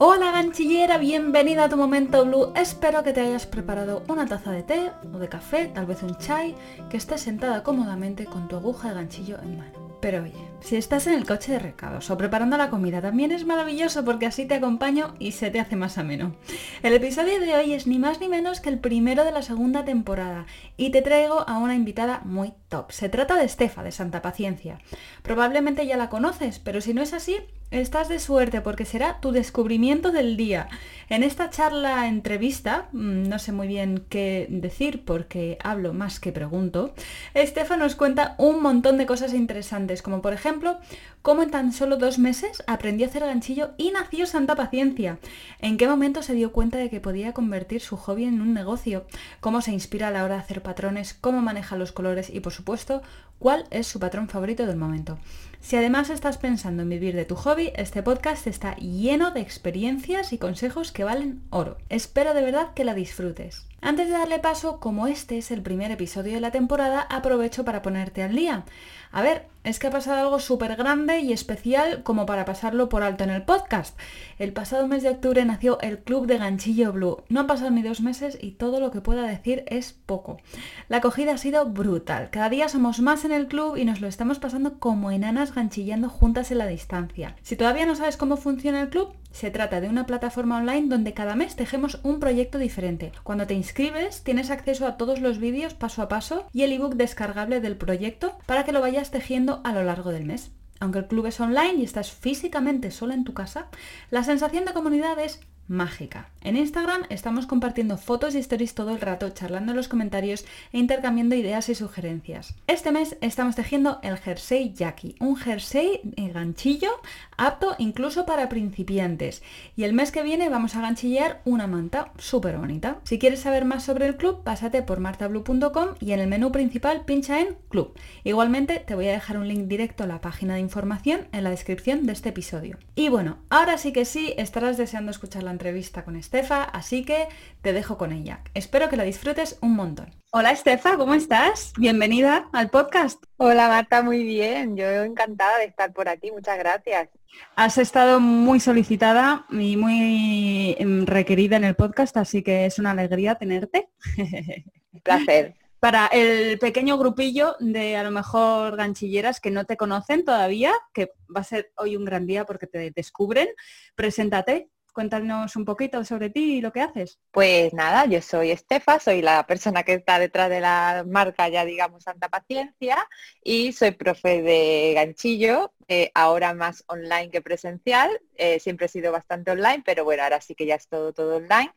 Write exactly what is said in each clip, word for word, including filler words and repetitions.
Hola ganchillera, bienvenida a tu momento blue. Espero que te hayas preparado una taza de té o de café, tal vez un chai, que estés sentada cómodamente con tu aguja de ganchillo en mano. Pero oye, si estás en el coche de recados o preparando la comida también es maravilloso porque así te acompaño y se te hace más ameno. El episodio de hoy es ni más ni menos que el primero de la segunda temporada y te traigo a una invitada muy top. Se trata de Estefa, de Santa Paciencia. Probablemente ya la conoces, pero si no es así, estás de suerte porque será tu descubrimiento del día. En esta charla entrevista, no sé muy bien qué decir porque hablo más que pregunto, Estefa nos cuenta un montón de cosas interesantes, como por ejemplo, cómo en tan solo dos meses aprendió a hacer ganchillo y nació Santa Paciencia, en qué momento se dio cuenta de que podía convertir su hobby en un negocio, cómo se inspira a la hora de hacer patrones, cómo maneja los colores y por supuesto, cuál es su patrón favorito del momento. Si además estás pensando en vivir de tu hobby, este podcast está lleno de experiencias y consejos que valen oro. Espero de verdad que la disfrutes. Antes de darle paso, como este es el primer episodio de la temporada, aprovecho para ponerte al día. A ver, es que ha pasado algo súper grande y especial como para pasarlo por alto en el podcast. El pasado mes de octubre nació el Club de Ganchillo Blue. No han pasado ni dos meses y todo lo que pueda decir es poco. La acogida ha sido brutal. Cada día somos más en el club y nos lo estamos pasando como enanas ganchillando juntas en la distancia. Si todavía no sabes cómo funciona el club, se trata de una plataforma online donde cada mes tejemos un proyecto diferente. Cuando te inscribes, tienes acceso a todos los vídeos paso a paso y el ebook descargable del proyecto para que lo vayas tejiendo a lo largo del mes. Aunque el club es online y estás físicamente sola en tu casa, la sensación de comunidad es mágica. En Instagram estamos compartiendo fotos y stories todo el rato, charlando en los comentarios e intercambiando ideas y sugerencias. Este mes estamos tejiendo el jersey Jackie, un jersey en ganchillo apto incluso para principiantes. Y el mes que viene vamos a ganchillar una manta súper bonita. Si quieres saber más sobre el club, pásate por martablue punto com y en el menú principal pincha en Club. Igualmente te voy a dejar un link directo a la página de información en la descripción de este episodio. Y bueno, ahora sí que sí, estarás deseando escuchar la entrevista con Estefa, así que te dejo con ella. Espero que la disfrutes un montón. Hola Estefa, ¿cómo estás? Bienvenida al podcast. Hola Marta, muy bien. Yo encantada de estar por aquí. Muchas gracias. Has estado muy solicitada y muy requerida en el podcast, así que es una alegría tenerte. Un placer. Para el pequeño grupillo de a lo mejor ganchilleras que no te conocen todavía, que va a ser hoy un gran día porque te descubren, preséntate. Cuéntanos un poquito sobre ti y lo que haces. Pues nada, yo soy Estefa, soy la persona que está detrás de la marca, ya digamos, Santa Paciencia, y soy profe de ganchillo, eh, ahora más online que presencial. Eh, siempre he sido bastante online, pero bueno, ahora sí que ya es todo, todo online.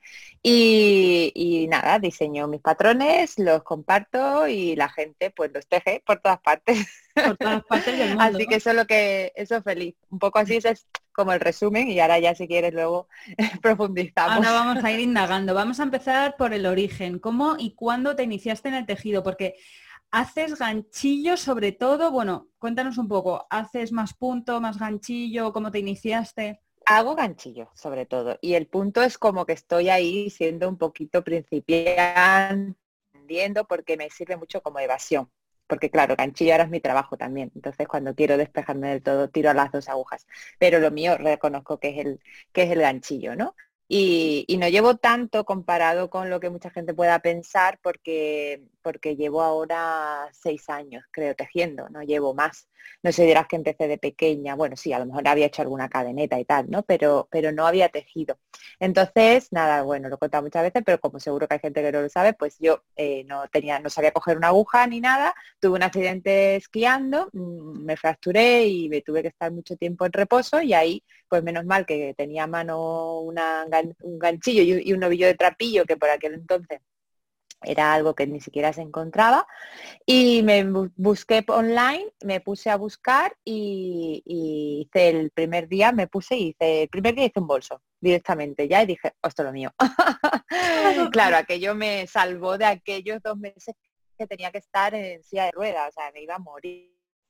Y, y nada, diseño mis patrones, los comparto y la gente pues los teje por todas partes. Por todas partes del mundo, Así ¿no? que eso es lo que, eso feliz. Un poco así es, es como el resumen y ahora ya si quieres luego profundizamos. Ahora vamos a ir indagando. Vamos a empezar por el origen. ¿Cómo y cuándo te iniciaste en el tejido? Porque haces ganchillo sobre todo. Bueno, cuéntanos un poco. ¿Haces más punto, más ganchillo? ¿Cómo te iniciaste? Hago ganchillo, sobre todo. Y el punto es como que estoy ahí siendo un poquito principiante, aprendiendo, porque me sirve mucho como evasión. Porque claro, ganchillo ahora es mi trabajo también. Entonces cuando quiero despejarme del todo, tiro a las dos agujas. Pero lo mío reconozco que es el, que es el ganchillo, ¿no? Y, y no llevo tanto comparado con lo que mucha gente pueda pensar porque, porque llevo ahora seis años, creo, tejiendo, no llevo más. No sé, dirás que empecé de pequeña, bueno, sí, a lo mejor había hecho alguna cadeneta y tal, ¿no? Pero, pero no había tejido. Entonces, nada, bueno, lo he contado muchas veces, pero como seguro que hay gente que no lo sabe, pues yo eh, no tenía, no sabía coger una aguja ni nada, tuve un accidente esquiando, mmm, me fracturé y me tuve que estar mucho tiempo en reposo y ahí, pues menos mal que tenía a mano una, un ganchillo y un novillo de trapillo que por aquel entonces era algo que ni siquiera se encontraba. Y me bu- busqué online, me puse a buscar y, y hice el primer día, me puse y hice, el primer día hice un bolso directamente ya y dije, esto es lo mío. Claro, aquello me salvó de aquellos dos meses que tenía que estar en silla de ruedas, o sea, me iba a morir.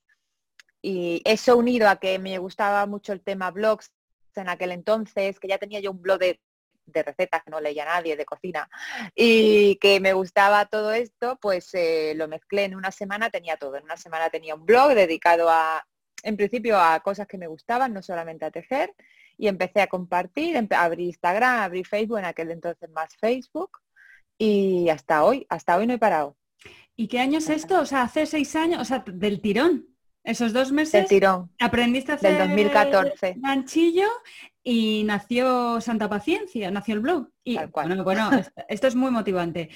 Y eso unido a que me gustaba mucho el tema blogs en aquel entonces, que ya tenía yo un blog de, de recetas que no leía nadie, de cocina, y que me gustaba todo esto, pues eh, lo mezclé en una semana, tenía todo. En una semana tenía un blog dedicado a, en principio, a cosas que me gustaban, no solamente a tejer, y empecé a compartir, empe- abrí Instagram, abrí Facebook, en aquel entonces más Facebook, y hasta hoy, hasta hoy no he parado. ¿Y qué año es esto? O sea, hace seis años, o sea, del tirón. Esos dos Del meses tirón, aprendiste a del hacer dos mil catorce, ganchillo y nació Santa Paciencia, nació el blog. Y tal cual. bueno, bueno, esto, esto es muy motivante.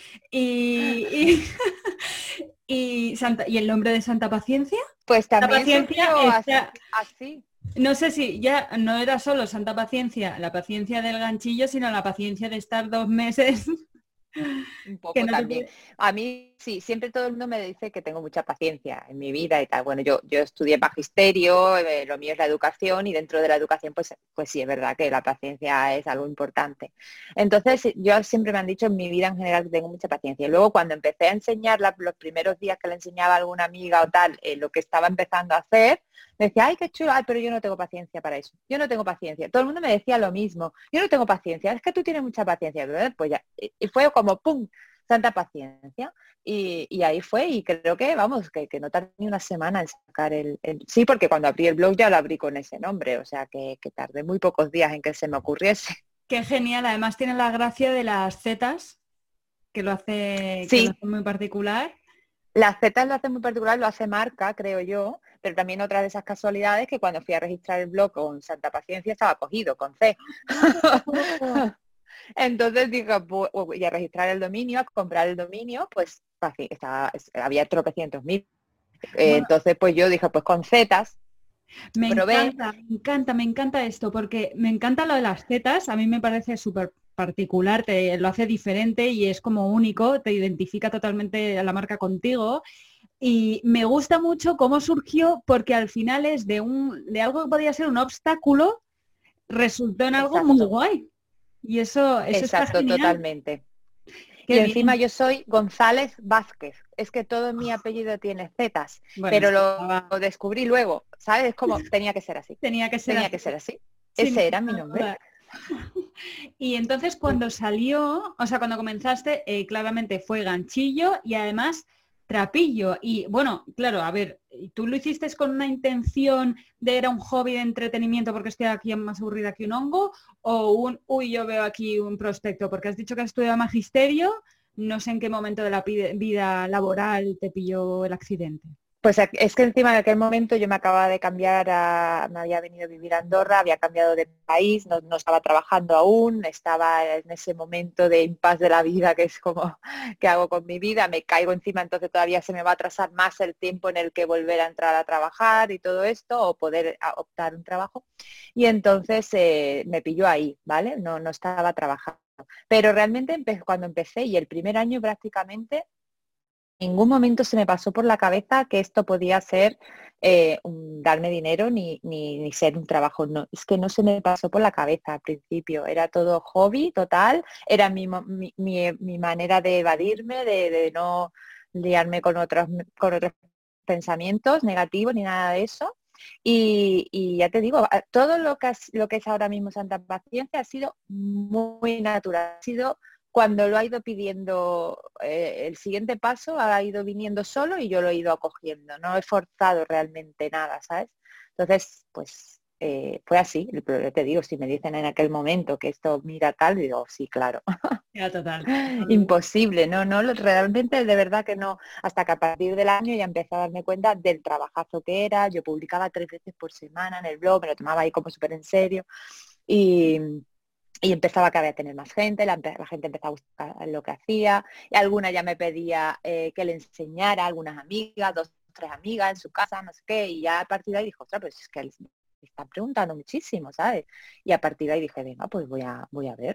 Y, y, y Santa, ¿y el nombre de Santa Paciencia? Pues Santa también Paciencia surgió así, está, así. no sé si ya no era solo Santa Paciencia, la paciencia del ganchillo, sino la paciencia de estar dos meses Un que poco no te también. puede... A mí sí, siempre todo el mundo me dice que tengo mucha paciencia en mi vida y tal. Bueno, yo, yo estudié magisterio, eh, lo mío es la educación y dentro de la educación pues, pues sí, es verdad que la paciencia es algo importante. Entonces sí, yo siempre me han dicho en mi vida en general que tengo mucha paciencia. Y luego cuando empecé a enseñar la- los primeros días que le enseñaba a alguna amiga o tal, eh, lo que estaba empezando a hacer, me decía, ay, qué chulo, ay, pero yo no tengo paciencia para eso. Yo no tengo paciencia. Todo el mundo me decía lo mismo. Yo no tengo paciencia. Es que tú tienes mucha paciencia. ¿Verdad? Pues ya, y y fue como, ¡pum! Santa paciencia. Y, y ahí fue, y creo que, vamos, que, que no tardé ni una semana en sacar el, el- Sí, porque cuando abrí el blog ya lo abrí con ese nombre, o sea que, que tardé muy pocos días en que se me ocurriese. Qué genial, además tiene la gracia de las zetas, que lo hace, que lo Sí, hace muy particular. las zetas lo hace muy particular, lo hace Marca, creo yo, pero también otra de esas casualidades que cuando fui a registrar el blog con Santa Paciencia estaba cogido, con C. Oh, Entonces dije, pu- y a registrar el dominio, a comprar el dominio, pues fácil, estaba, es- había tropecientos mil. Eh, bueno, entonces, pues yo dije, pues con zetas, me probé. encanta, me encanta, me encanta esto, porque me encanta lo de las zetas, a mí me parece súper particular, te lo hace diferente y es como único, te identifica totalmente a la marca contigo. Y me gusta mucho cómo surgió, porque al final es de un, de algo que podía ser un obstáculo, resultó en algo muy Exacto, guay. Y eso, eso está exacto, genial. totalmente. Y Qué encima bien. yo soy González Vázquez. Es que todo mi apellido tiene zetas, Bueno, pero sí, lo, estaba- lo descubrí luego, ¿sabes? Es como, tenía que ser así, tenía que ser tenía así, que ser así. sin Ese era mi ninguna nombre. duda. Y entonces cuando salió, o sea, cuando comenzaste, eh, claramente fue ganchillo y además trapillo. Y bueno, claro, a ver, ¿tú lo hiciste con una intención de era un hobby de entretenimiento porque estoy aquí más aburrida que un hongo? ¿O un, uy, yo veo aquí un prospecto? Porque has dicho que has estudiado magisterio, no sé en qué momento de la pide- vida laboral te pilló el accidente. Pues ac- es que encima en aquel momento yo me acababa de cambiar a, me había venido a vivir a Andorra, había cambiado de país, no, no estaba trabajando aún, estaba en ese momento de impas de la vida que es como, ¿qué hago con mi vida? Me caigo encima, entonces todavía se me va a atrasar más el tiempo en el que volver a entrar a trabajar y todo esto, o poder a- optar un trabajo. Y entonces eh, me pilló ahí, ¿vale? No, no estaba trabajando. Pero realmente empe- cuando empecé y el primer año prácticamente ningún momento se me pasó por la cabeza que esto podía ser eh, un- darme dinero ni, ni, ni ser un trabajo. No, es que no se me pasó por la cabeza al principio. Era todo hobby total, era mi, mo- mi, mi- mi manera de evadirme, de, de no liarme con otros, con otros pensamientos negativos ni nada de eso. Y, y ya te digo, a- todo lo que, has- lo que es ahora mismo Santa Paciencia ha sido muy natural, ha sido cuando lo ha ido pidiendo eh, el siguiente paso, ha ido viniendo solo y yo lo he ido acogiendo. No he forzado realmente nada, ¿sabes? Entonces, pues eh, fue así. Pero te digo, si me dicen en aquel momento que esto mira tal, digo, sí, claro. Ya, total. Imposible, no, no, lo- realmente de verdad que no. Hasta que a partir del año ya empecé a darme cuenta del trabajazo que era. Yo publicaba tres veces por semana en el blog, me lo tomaba ahí como súper en serio. Y, y empezaba cada vez a tener más gente, la, empe- la gente empezaba a buscar lo que hacía, y alguna ya me pedía eh, que le enseñara a algunas amigas, dos, tres amigas en su casa, no sé qué, y ya a partir de ahí dijo, ostras, pues es que él me está preguntando muchísimo, ¿sabes? Y a partir de ahí dije, venga, pues voy a, voy a ver.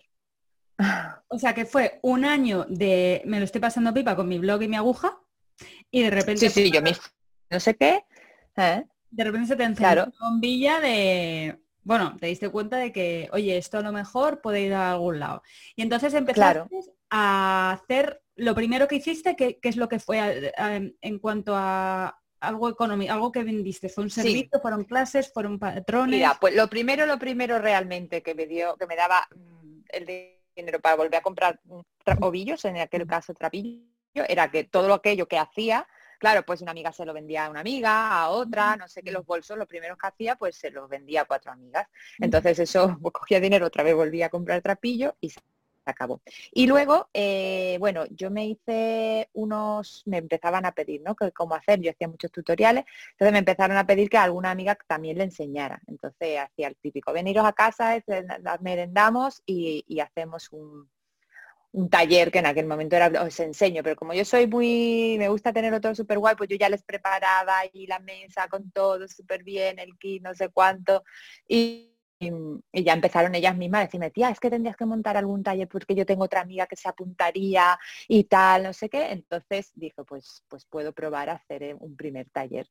O sea que fue un año de me lo estoy pasando pipa con mi blog y mi aguja y de repente Sí, sí, yo mis, no sé qué, ¿eh? de repente se te encendió Claro, una bombilla de, bueno, te diste cuenta de que, oye, esto a lo mejor puede ir a algún lado. Y entonces empezaste claro. a hacer lo primero que hiciste, que, que es lo que fue a- a- en cuanto a algo económico, algo que vendiste. ¿Fue un Sí, servicio? ¿Fueron clases? ¿Fueron mira, patrones? pues lo primero, lo primero realmente que me dio, que me daba mm, el dinero para volver a comprar mm, tra- ovillos, en aquel caso trapillo, era que todo lo aquello que hacía, claro, pues una amiga se lo vendía a una amiga, a otra, no sé qué, los bolsos, los primeros que hacía, pues se los vendía a cuatro amigas. Entonces eso, pues, cogía dinero, otra vez volvía a comprar trapillo y se acabó. Y luego, eh, bueno, yo me hice unos, me empezaban a pedir, ¿no? Que cómo hacer, yo hacía muchos tutoriales, entonces me empezaron a pedir que alguna amiga también le enseñara. Entonces hacía el típico, veniros a casa, merendamos y, y hacemos un un taller que en aquel momento era, os enseño, pero como yo soy muy, me gusta tenerlo todo súper guay, pues yo ya les preparaba ahí la mesa con todo súper bien, el kit, no sé cuánto, y, y, y ya empezaron ellas mismas a decirme, tía, es que tendrías que montar algún taller porque yo tengo otra amiga que se apuntaría y tal, no sé qué, entonces dije, pues, pues puedo probar a hacer un primer taller.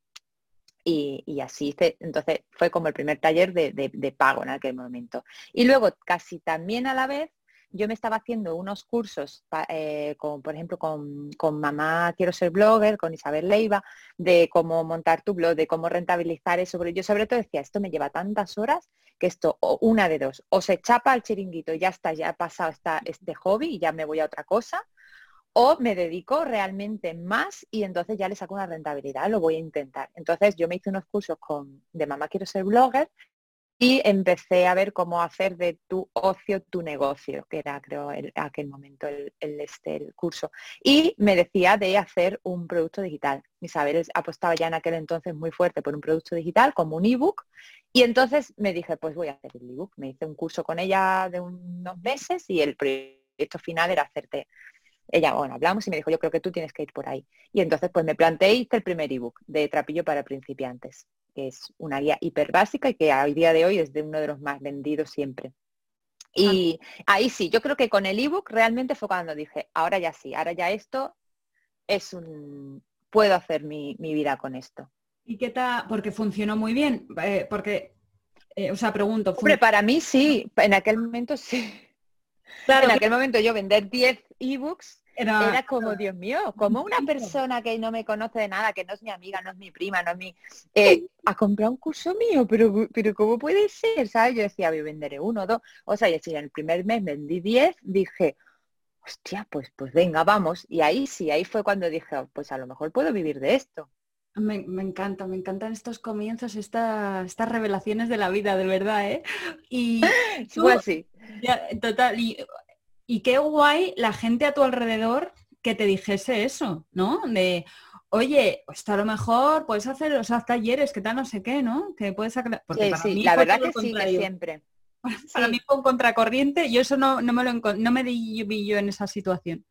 Y, y así hice, entonces fue como el primer taller de, de, de pago en aquel momento. Y luego casi también a la vez yo me estaba haciendo unos cursos, eh, con, por ejemplo, con, con Mamá Quiero Ser Blogger, con Isabel Leiva, de cómo montar tu blog, de cómo rentabilizar eso. Pero yo sobre todo decía, esto me lleva tantas horas que esto, o una de dos, o se chapa al chiringuito, ya está, ya ha pasado esta, este hobby y ya me voy a otra cosa, o me dedico realmente más y entonces ya le saco una rentabilidad, lo voy a intentar. Entonces yo me hice unos cursos con, de Mamá Quiero Ser Blogger y empecé a ver cómo hacer de tu ocio tu negocio, que era creo el, aquel momento el, el, este, el curso. Y me decía de hacer un producto digital. Isabel apostaba ya en aquel entonces muy fuerte por un producto digital como un ebook. Y entonces me dije, pues voy a hacer el ebook. Me hice un curso con ella de unos meses y el proyecto final era hacerte. Ella, bueno, hablamos y me dijo, yo creo que tú tienes que ir por ahí. Y entonces pues me planteé y hice el primer ebook de Trapillo para principiantes, que es una guía hiper básica y que hoy día de hoy es de uno de los más vendidos siempre. Y ahí sí, yo creo que con el ebook realmente fue cuando dije, ahora ya sí, ahora ya esto es un, puedo hacer mi, mi vida con esto. ¿Y qué tal? Porque funcionó muy bien, eh, porque, eh, o sea, pregunto. Hombre, para mí sí, en aquel momento sí. Claro, En claro. aquel momento yo vender diez ebooks Era, era como, Dios mío, como una persona que no me conoce de nada, que no es mi amiga, no es mi prima, no es mi... Eh, a comprar un curso mío, pero, pero ¿cómo puede ser? ¿Sabes? Yo decía, yo venderé uno, dos... O sea, y si en el primer mes vendí diez, dije, hostia, pues, pues venga, vamos. Y ahí sí, ahí fue cuando dije, oh, pues a lo mejor puedo vivir de esto. Me, me encanta, me encantan estos comienzos, esta- estas revelaciones de la vida, de verdad, ¿eh? Y Fue tú, así. ya, total, y, y qué guay la gente a tu alrededor que te dijese eso, ¿no? De, oye, esto a lo mejor puedes hacer los talleres, que tal, no sé qué, ¿no? Que puedes sacar... Porque Sí, para sí, mí la fue verdad todo que lo sí, que contrario. siempre. Para mí Sí, fue un contracorriente, yo eso no, no me lo encon- no me di- vi yo en esa situación.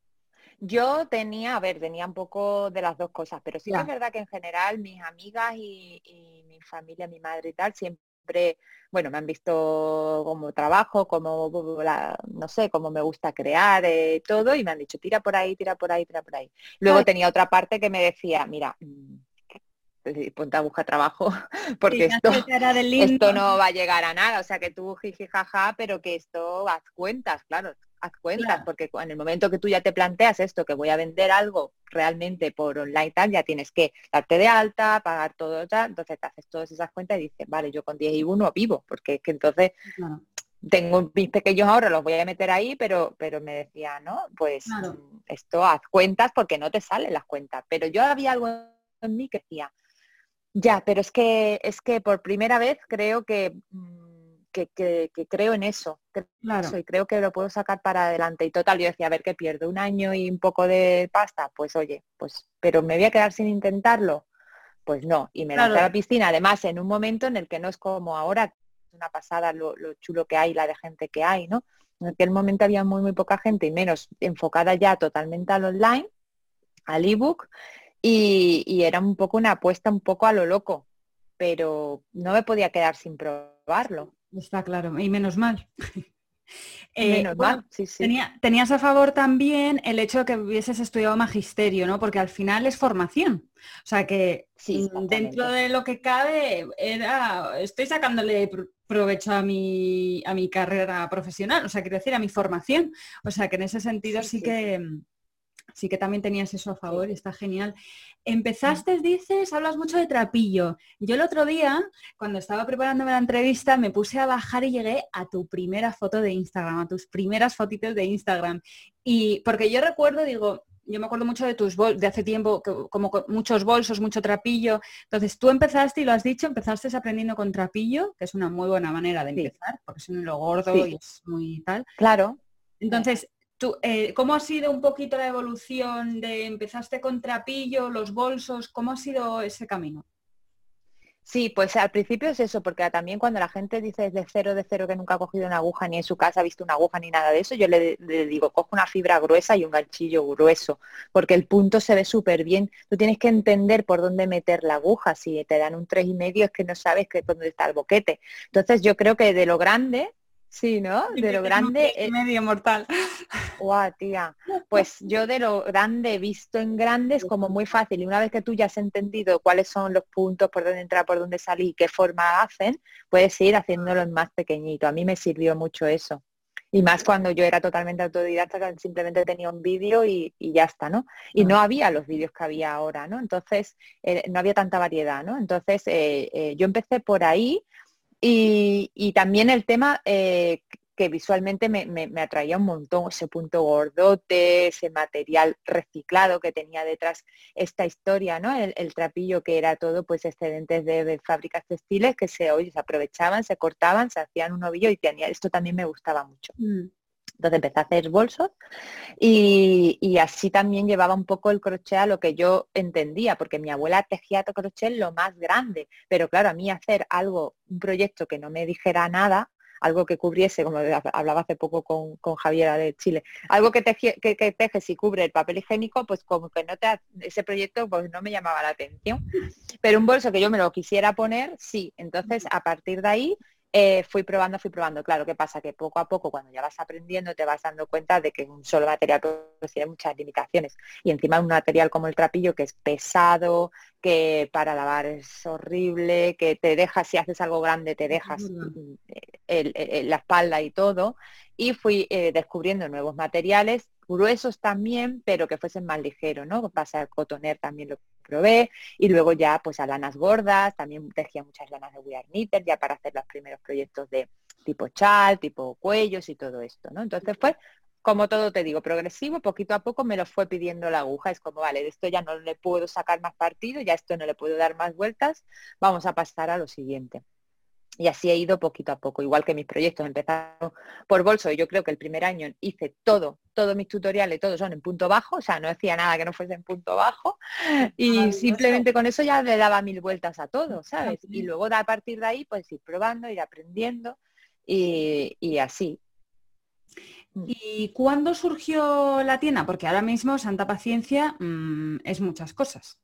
yo tenía, a ver, tenía un poco de las dos cosas, pero sí que es Ya, verdad que en general mis amigas y, y mi familia, mi madre y tal, siempre, bueno, me han visto como trabajo, como, la- no sé, como me gusta crear, eh, todo, y me han dicho, tira por ahí, tira por ahí, tira por ahí. Luego claro, tenía otra parte que me decía, mira, mm, eh, ponte a buscar trabajo, sí, porque ya esto, sé, cara de lindo. esto no va a llegar a nada, o sea que tú jiji jaja, pero que esto haz cuentas, claro, haz cuentas, Claro, porque en el momento que tú ya te planteas esto, que voy a vender algo realmente por online tal, ya tienes que darte de alta, pagar todo tal, entonces te haces todas esas cuentas y dices, vale, yo con diez y uno vivo, porque es que entonces claro, tengo mis pequeños ahora, los voy a meter ahí, pero, pero me decía, no, pues claro. mm, esto haz cuentas porque no te salen las cuentas, pero yo había algo en mí que decía, ya, pero es que es que por primera vez creo que, mm, que, que- que creo en eso, creo en eso Claro, y creo que lo puedo sacar para adelante. Y total, yo decía, a ver qué pierdo, un año y un poco de pasta, pues oye, pues, pero me voy a quedar sin intentarlo, pues no. Y me lancé a claro, la piscina, además en un momento en el que no es como ahora, es una pasada lo, lo chulo que hay, la de gente que hay, ¿no? En aquel momento había muy, muy poca gente y menos enfocada ya totalmente al online, al ebook y, y era un poco una apuesta un poco a lo loco, pero no me podía quedar sin probarlo. está claro, y menos mal. Eh, Menos bueno, mal, sí, sí. tenía, tenías a favor también el hecho de que hubieses estudiado magisterio, ¿no? Porque al final es formación. O sea que Sí, mm, dentro exactamente. de lo que cabe, era, estoy sacándole pr- provecho a mi, a mi carrera profesional, o sea, quiero decir, a mi formación. O sea que en ese sentido Sí, sí sí, que, mm, sí que también tenías eso a sí. favor y está genial. Mm. Empezaste, dices, hablas mucho de trapillo. Yo el otro día, cuando estaba preparándome la entrevista, me puse a bajar y llegué a tu primera foto de Instagram, a tus primeras fotitos de Instagram. Y porque yo recuerdo, digo, yo me acuerdo mucho de tus bolsos, de hace tiempo, que, como con muchos bolsos, mucho trapillo. Entonces tú empezaste, y lo has dicho, empezaste aprendiendo con trapillo, que es una muy buena manera de Sí, empezar, porque es un hilo gordo sí, y es muy tal. claro. Entonces, tú, eh, ¿cómo ha sido un poquito la evolución de empezaste con trapillo, los bolsos? ¿Cómo ha sido ese camino? Sí, pues al principio es eso, porque también cuando la gente dice de cero, de cero que nunca ha cogido una aguja, ni en su casa ha visto una aguja, ni nada de eso, yo le, le digo, coge una fibra gruesa y un ganchillo grueso, porque el punto se ve súper bien. Tú tienes que entender por dónde meter la aguja. Si te dan un tres y medio es que no sabes que dónde está el boquete. Entonces yo creo que de lo grande, sí, ¿no? De Yo lo tengo un tres grande, y eh, medio mortal. guau, tía. Pues yo de lo grande visto en grande es como muy fácil. Y una vez que tú ya has entendido cuáles son los puntos, por dónde entrar, por dónde salir y qué forma hacen, puedes ir haciéndolo en más pequeñito. A mí me sirvió mucho eso. Y más cuando yo era totalmente autodidacta, que simplemente tenía un vídeo y, y ya está, ¿no? Y no había los vídeos que había ahora, ¿no? Entonces, eh, no había tanta variedad, ¿no? Entonces, eh, eh, yo empecé por ahí y, y también el tema eh, que visualmente me, me, me atraía un montón, ese punto gordote, ese material reciclado que tenía detrás esta historia, ¿no? El, el trapillo que era todo pues excedentes de, de fábricas textiles que se, oye, se aprovechaban, se cortaban, se hacían un ovillo y tenía, esto también me gustaba mucho. Mm. Entonces empecé a hacer bolsos y, y así también llevaba un poco el crochet a lo que yo entendía, porque mi abuela tejía crochet lo más grande, pero claro, a mí hacer algo, un proyecto que no me dijera nada, algo que cubriese, como hablaba hace poco con, con Javiera de Chile, algo que, teje, que, que tejes y cubre el papel higiénico, pues como que no te, ese proyecto pues no me llamaba la atención. Pero un bolso que yo me lo quisiera poner, sí. Entonces, a partir de ahí, eh, fui probando, fui probando. Claro, ¿qué pasa? Que poco a poco, cuando ya vas aprendiendo, te vas dando cuenta de que un solo material pues, tiene muchas limitaciones. Y encima un material como el trapillo, que es pesado, que para lavar es horrible, que te dejas, si haces algo grande, te dejas el, el, la espalda y todo. Y fui eh, descubriendo nuevos materiales, gruesos también, pero que fuesen más ligeros, ¿no? Pasa el cotoner también lo probé, y luego ya pues a lanas gordas, también tejía muchas lanas de We Are Knitters ya para hacer los primeros proyectos de tipo chal, tipo cuellos y todo esto, ¿no? Entonces pues, como todo te digo, progresivo, poquito a poco me lo fue pidiendo la aguja, es como, vale, de esto ya no le puedo sacar más partido, ya esto no le puedo dar más vueltas, vamos a pasar a lo siguiente. Y así he ido poquito a poco, igual que mis proyectos empezaron por bolso. Y yo creo que el primer año hice todo, todos mis tutoriales, todos son en punto bajo, o sea, no hacía nada que no fuese en punto bajo. Y Maravilloso. simplemente con eso ya le daba mil vueltas a todo, ¿sabes? Y luego a partir de ahí, pues ir probando, ir aprendiendo y, y así. ¿Y cuándo surgió la tienda? Porque ahora mismo Santa Paciencia mmm, es muchas cosas.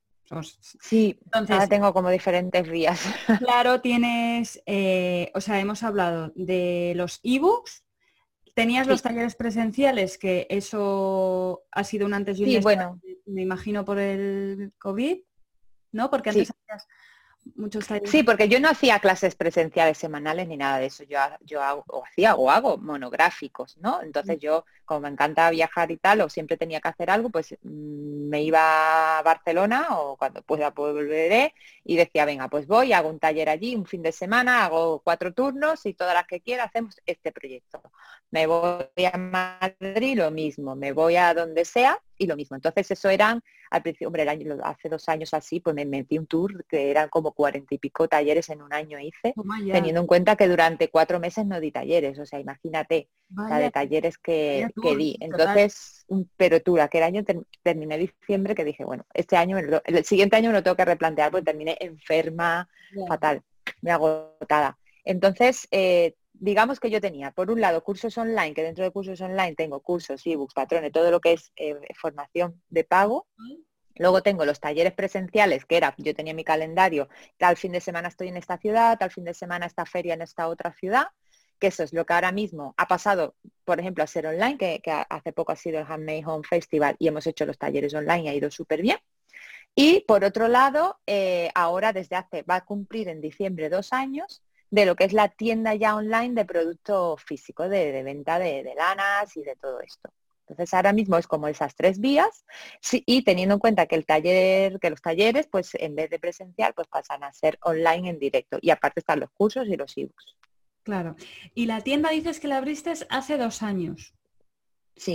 Sí, ahora Entonces, tengo como diferentes vías. claro, tienes, eh, o sea, hemos hablado de los ebooks, tenías los Sí, talleres presenciales, que eso ha sido un antes y un sí, después, bueno, me imagino por el COVID, ¿no? Porque antes sí. hacías muchos talleres. Sí, porque yo no hacía clases presenciales semanales ni nada de eso. Yo, ha- yo hago, o hacía o hago monográficos, ¿no? Entonces yo, como me encanta viajar y tal, o siempre tenía que hacer algo, pues mm, me iba a Barcelona o cuando pueda pues, volveré y decía, venga, pues voy, hago un taller allí, un fin de semana, hago cuatro turnos y todas las que quiera hacemos este proyecto. Me voy a Madrid, lo mismo, me voy a donde sea y lo mismo. Entonces eso eran al principio, hombre, el año, hace dos años así, pues me metí un tour que eran como cuarenta y pico talleres en un año hice, Toma ya, teniendo en cuenta que durante cuatro meses no di talleres, o sea, imagínate la vaya, de talleres vaya que, que tour, di. total. Entonces, un- pero tú, aquel año ter- terminé diciembre que dije, bueno, este año, me lo- el siguiente año me lo tengo que replantear porque terminé enferma, Ya. fatal, me agotada. Entonces, eh, digamos que yo tenía, por un lado, cursos online, que dentro de cursos online tengo cursos, ebooks, patrones, todo lo que es eh, formación de pago. Luego tengo los talleres presenciales, que era, yo tenía mi calendario, tal fin de semana estoy en esta ciudad, tal fin de semana esta feria en esta otra ciudad, que eso es lo que ahora mismo ha pasado, por ejemplo, a ser online, que, que hace poco ha sido el Handmade Home Festival y hemos hecho los talleres online y ha ido súper bien. Y por otro lado, eh, ahora desde hace, va a cumplir en diciembre dos años de lo que es la tienda ya online de producto físico, de, de venta de, de lanas y de todo esto. Entonces ahora mismo es como esas tres vías, sí, y teniendo en cuenta que el taller, que los talleres, pues en vez de presencial, pues pasan a ser online en directo. Y aparte están los cursos y los ebooks. Claro. Y la tienda dices que la abriste hace dos años. Sí.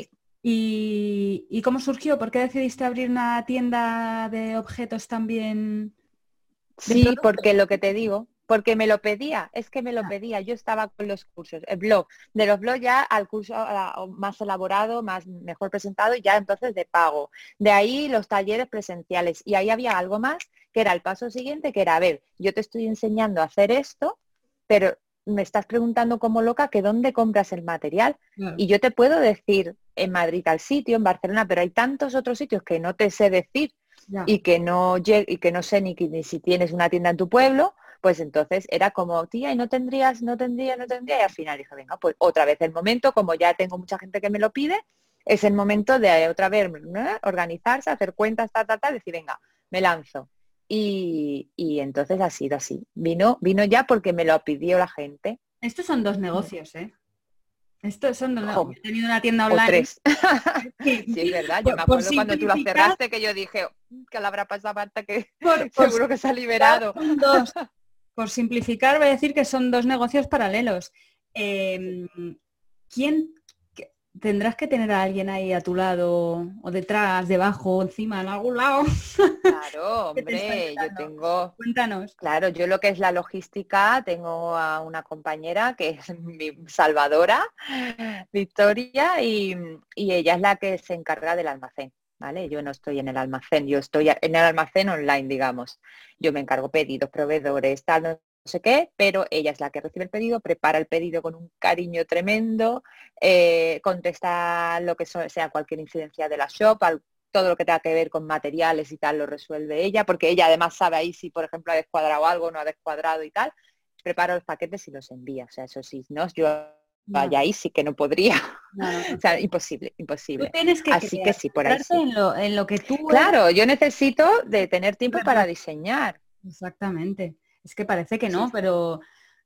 ¿Y, y cómo surgió? ¿Por qué decidiste abrir una tienda de objetos también de Sí, productos? porque lo que te digo, porque me lo pedía, es que me lo Ah, pedía. Yo estaba con los cursos, el blog, de los blogs ya al curso a- más elaborado, más mejor presentado y ya entonces de pago. De ahí los talleres presenciales y ahí había algo más que era el paso siguiente, que era, a ver, yo te estoy enseñando a hacer esto, pero me estás preguntando como loca que dónde compras el material. claro, Y yo te puedo decir en Madrid al sitio, en Barcelona, pero hay tantos otros sitios que no te sé decir ya. y que no lleg- y que no sé ni, que- ni si tienes una tienda en tu pueblo, pues entonces era como, tía, y no tendrías, no tendría, no tendría, y al final dije, venga, pues otra vez el momento, como ya tengo mucha gente que me lo pide, es el momento de otra vez ¿no? organizarse, hacer cuentas, ta, ta, ta, decir, venga, me lanzo. Y, y entonces ha sido así. Vino, vino ya porque me lo pidió la gente. Estos son dos Mm. negocios, ¿eh? Estos son dos negocios. Jo, Yo he tenido una tienda o online. tres. Sí, Sí, es verdad. Yo me por, por acuerdo cuando tú lo simplificar, cerraste que yo dije, "Mm, que le habrá pasado hasta que por, por seguro que se ha simplificar liberado." son dos. Por simplificar, voy a decir que son dos negocios paralelos. Sí. Eh, ¿quién qué- tendrás que tener a alguien ahí a tu lado o detrás, debajo, encima, en algún lado Claro, que te está hombre, yo ayudando? tengo, Cuéntanos. claro, yo lo que es la logística, tengo a una compañera que es mi salvadora, Victoria, y, y ella es la que se encarga del almacén, ¿vale? Yo no estoy en el almacén, yo estoy a- en el almacén online, digamos. Yo me encargo pedidos, proveedores, tal, no sé qué, pero ella es la que recibe el pedido, prepara el pedido con un cariño tremendo, eh, contesta lo que so- sea cualquier incidencia de la shop, al- todo lo que tenga que ver con materiales y tal lo resuelve ella, porque ella además sabe ahí si, por ejemplo, ha descuadrado algo, no ha descuadrado y tal, prepara los paquetes y los envía. O sea, eso sí, no, yo No, allá ahí sí que no podría. no, no, O no sea, puedes. imposible, Tú imposible. tienes que Así que crear, sí, por ahí centrarte sí. en lo, en lo que tú eres. Claro, yo necesito de tener tiempo para diseñar. Exactamente. Es que parece que Sí, no, pero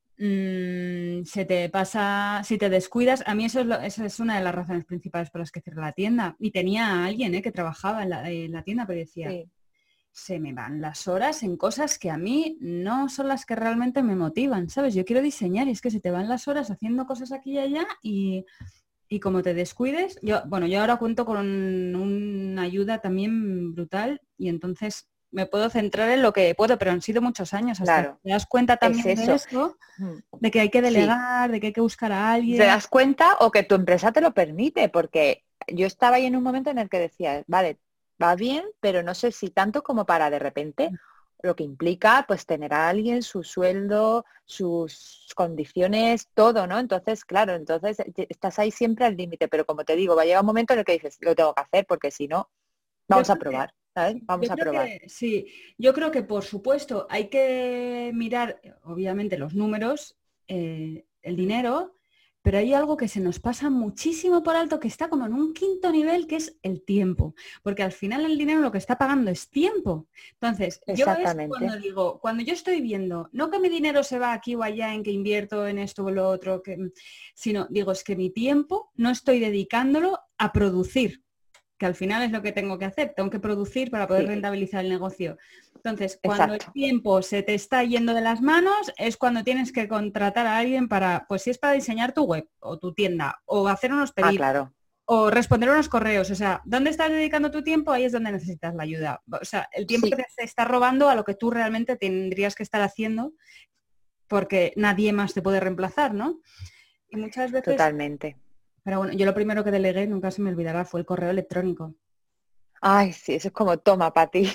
mm, se te pasa, si te descuidas, a mí eso es, lo- esa es una de las razones principales por las que cerré la tienda. Y tenía a alguien eh, que trabajaba en la, en la tienda, pero decía, sí, se me van las horas en cosas que a mí no son las que realmente me motivan, ¿sabes? Yo quiero diseñar y es que se te van las horas haciendo cosas aquí y allá y, y como te descuides, yo, bueno, yo ahora cuento con una ayuda también brutal y entonces me puedo centrar en lo que puedo, pero han sido muchos años hasta que claro, te das cuenta es también de eso. eso, Mm, de que hay que sí, delegar, de que hay que buscar a te alguien. das cuenta o que tu empresa te lo permite, porque yo estaba ahí en un momento en el que decía, vale, va bien, pero no sé si tanto como para de repente, lo que implica pues tener a alguien, su sueldo, sus condiciones, todo, ¿no? Entonces, claro, entonces eh, estás ahí siempre al límite, pero como te digo, va a llegar un momento en el que dices, lo tengo que hacer porque si no, Yo vamos a creo que, probar, ¿sabes? sí, yo Vamos a creo probar. que sí, yo creo que por supuesto hay que mirar, eh, obviamente, los números, eh, el Mm. dinero, pero hay algo que se nos pasa muchísimo por alto, que está como en un quinto nivel, que es el tiempo, porque al final el dinero lo que está pagando es tiempo. Entonces, yo es Exactamente. cuando digo, cuando yo estoy viendo, no que mi dinero se va aquí o allá en que invierto en esto o lo otro, que, sino digo, es que mi tiempo no estoy dedicándolo a producir que al final es lo que tengo que hacer, tengo que producir para poder Sí, rentabilizar el negocio. Entonces, cuando el exacto. tiempo se te está yendo de las manos, es cuando tienes que contratar a alguien para, pues si es para diseñar tu web o tu tienda, o hacer unos Ah, pedidos, claro. o responder unos correos. O sea, ¿dónde estás dedicando tu tiempo? Ahí es donde necesitas la ayuda. O sea, el tiempo que Sí, te está robando a lo que tú realmente tendrías que estar haciendo, porque nadie más te puede reemplazar, ¿no? Y muchas veces, totalmente. pero bueno, yo lo primero que delegué, nunca se me olvidará, fue el correo electrónico. Ay, sí, eso es como toma para ti.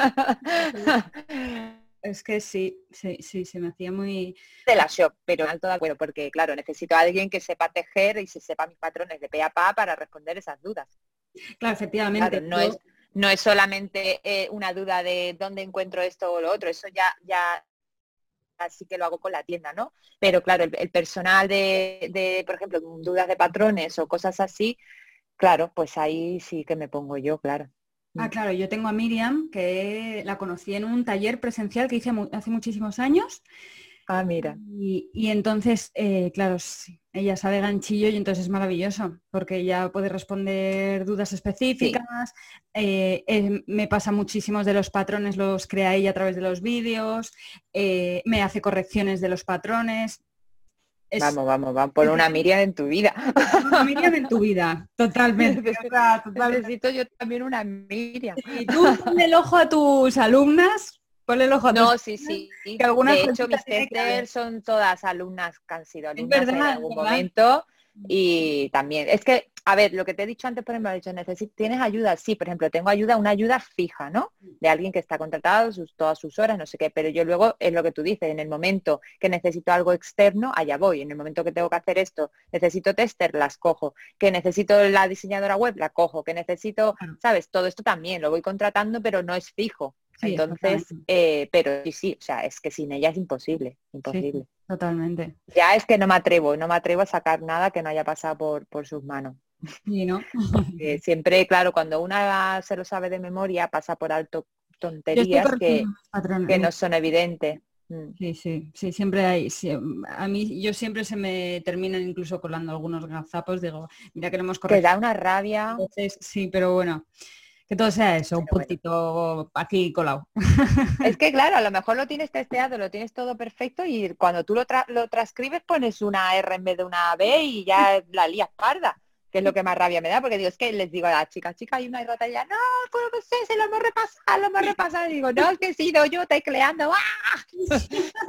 Es que sí, sí, sí, se me hacía muy... De la shop, pero alto de acuerdo, porque claro, necesito a alguien que sepa tejer y se sepa mis patrones de pe a pa para responder esas dudas. Claro, Claro, efectivamente, no yo, es, no es solamente eh, una duda de dónde encuentro esto o lo otro, eso ya, ya así que lo hago con la tienda, ¿no? Pero claro, el, el personal de, de, por ejemplo, dudas de patrones o cosas así, claro, pues ahí sí que me pongo yo, claro. ah, Mm. claro, yo tengo a Miriam, que la conocí en un taller presencial que hice mu- hace muchísimos años. Ah, mira, Y, y entonces, eh, claro, sí, ella sabe ganchillo y entonces es maravilloso, porque ella puede responder dudas específicas. sí, eh, eh, me pasa muchísimos de los patrones, los crea ella a través de los vídeos, eh, me hace correcciones de los patrones. Es Vamos, vamos, vamos, por una Miriam en tu vida. una Miriam en tu vida, totalmente. O sea, totalmente. Necesito yo también una Miriam. Y tú ponle el ojo a tus alumnas, ponle el ojo a tus No, sí, alumnas, sí. que alguna De hecho, joyita mis tiene que haber. testers son todas alumnas que han sido Es alumnas en verdad, es algún verdad. momento y también, es que, a ver, lo que te he dicho antes, por ejemplo, he dicho, necesito, ¿tienes ayuda? Sí, por ejemplo, tengo ayuda, una ayuda fija, ¿no? De alguien que está contratado, sus, todas sus horas, no sé qué, pero yo luego, es lo que tú dices, en el momento que necesito algo externo, allá voy, en el momento que tengo que hacer esto, necesito tester, las cojo, que necesito la diseñadora web, la cojo, que necesito, Claro, ¿sabes? Todo esto también lo voy contratando, pero no es fijo. sí, Entonces, exactamente. eh, pero sí, sí, o sea, es que sin ella es imposible, Sí, imposible. totalmente. Ya es que no me atrevo, no me atrevo a sacar nada que no haya pasado por, por sus manos. Sí, ¿no? Eh, siempre, claro, cuando una se lo sabe de memoria, pasa por alto Yo estoy tonterías corrigiendo que, mis patrones. que no mis- son evidentes. Mm. Sí, sí, sí, siempre hay. Sí, a mí, yo siempre se me terminan incluso colando algunos gazapos. Digo, mira que lo hemos Que corregido. da una rabia, Entonces, sí, pero bueno, que todo sea eso, un pero bueno. puntito aquí colado. Es que claro, a lo mejor lo tienes testeado, lo tienes todo perfecto y cuando tú lo, tra- lo transcribes pones una R en vez de una B y ya la lías parda, que es lo que más rabia me da, porque digo, es que les digo a la chica, chica, hay una errata y ya, no, pues no sé, se lo hemos repasado, lo hemos repasado, y digo, no, es que he sido yo tecleando, ¡ah!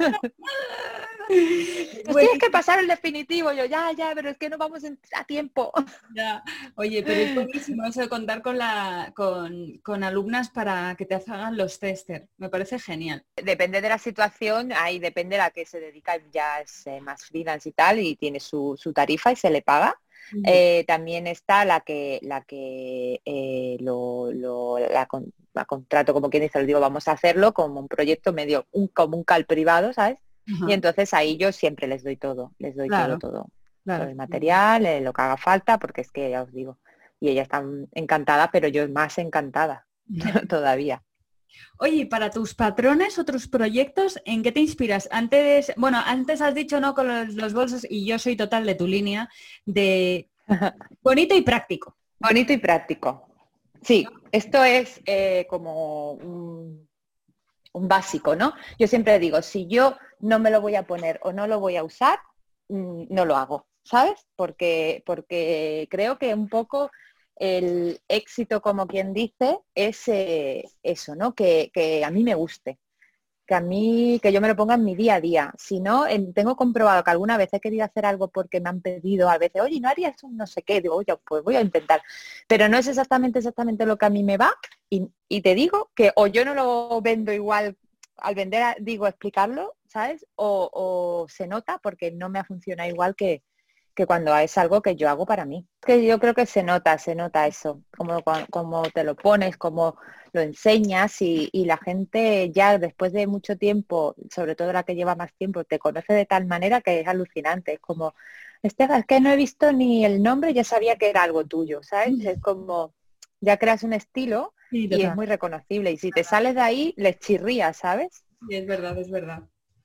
Es Pues tienes que buenísimo. pasar el definitivo, yo, ya, ya, pero es que no vamos en- a tiempo. Ya. Oye, pero es buenísimo eso de contar con la con, con alumnas para que te hagan los tester. Me parece genial. Depende de la situación, ahí depende a la que se dedica, ya es eh, más freelance y tal, y tiene su, su tarifa y se le paga. Ujú. Eh, también está la que la que eh, lo, lo- la, con- la contrato, como quien dice, le digo, vamos a hacerlo como un proyecto medio, un, como un cal privado, ¿sabes? Y Ajá. entonces ahí yo siempre les doy todo, les doy todo, Claro, todo, todo claro. el material, eh, lo que haga falta, porque es que ya os digo, y ella está encantada, pero yo más encantada todavía. Oye, y para tus patrones o tus proyectos, ¿en qué te inspiras? Antes, bueno, antes has dicho no con los, los bolsos y yo soy total de tu línea de bonito y práctico. Bonito y práctico. Sí, esto es eh, como un, un básico, ¿no? Yo siempre digo, si yo no me lo voy a poner o no lo voy a usar, mm, no lo hago, ¿sabes? Porque, porque creo que un poco el éxito, como quien dice, es eh, eso, ¿no? Que, que a mí me guste, que a mí, que yo me lo ponga en mi día a día. Si no, en- tengo comprobado que alguna vez he querido hacer algo porque me han pedido a veces, oye, ¿no harías un no sé qué? Digo, oye, pues voy a intentar. Pero no es exactamente, exactamente lo que a mí me va. Y, y te digo que o yo no lo vendo igual, al vender, a- digo, explicarlo, ¿sabes? O, o se nota porque no me ha funcionado igual que, que cuando es algo que yo hago para mí. Que yo creo que se nota, se nota eso, como, como te lo pones, como lo enseñas y, y la gente ya después de mucho tiempo, sobre todo la que lleva más tiempo, te conoce de tal manera que es alucinante. Es como, Esteban, es que no he visto ni el nombre, ya sabía que era algo tuyo, ¿sabes? Es como, ya creas un estilo Sí, y es total. muy reconocible. Y si te sales de ahí, les chirrías, ¿sabes? Sí, es verdad, es verdad.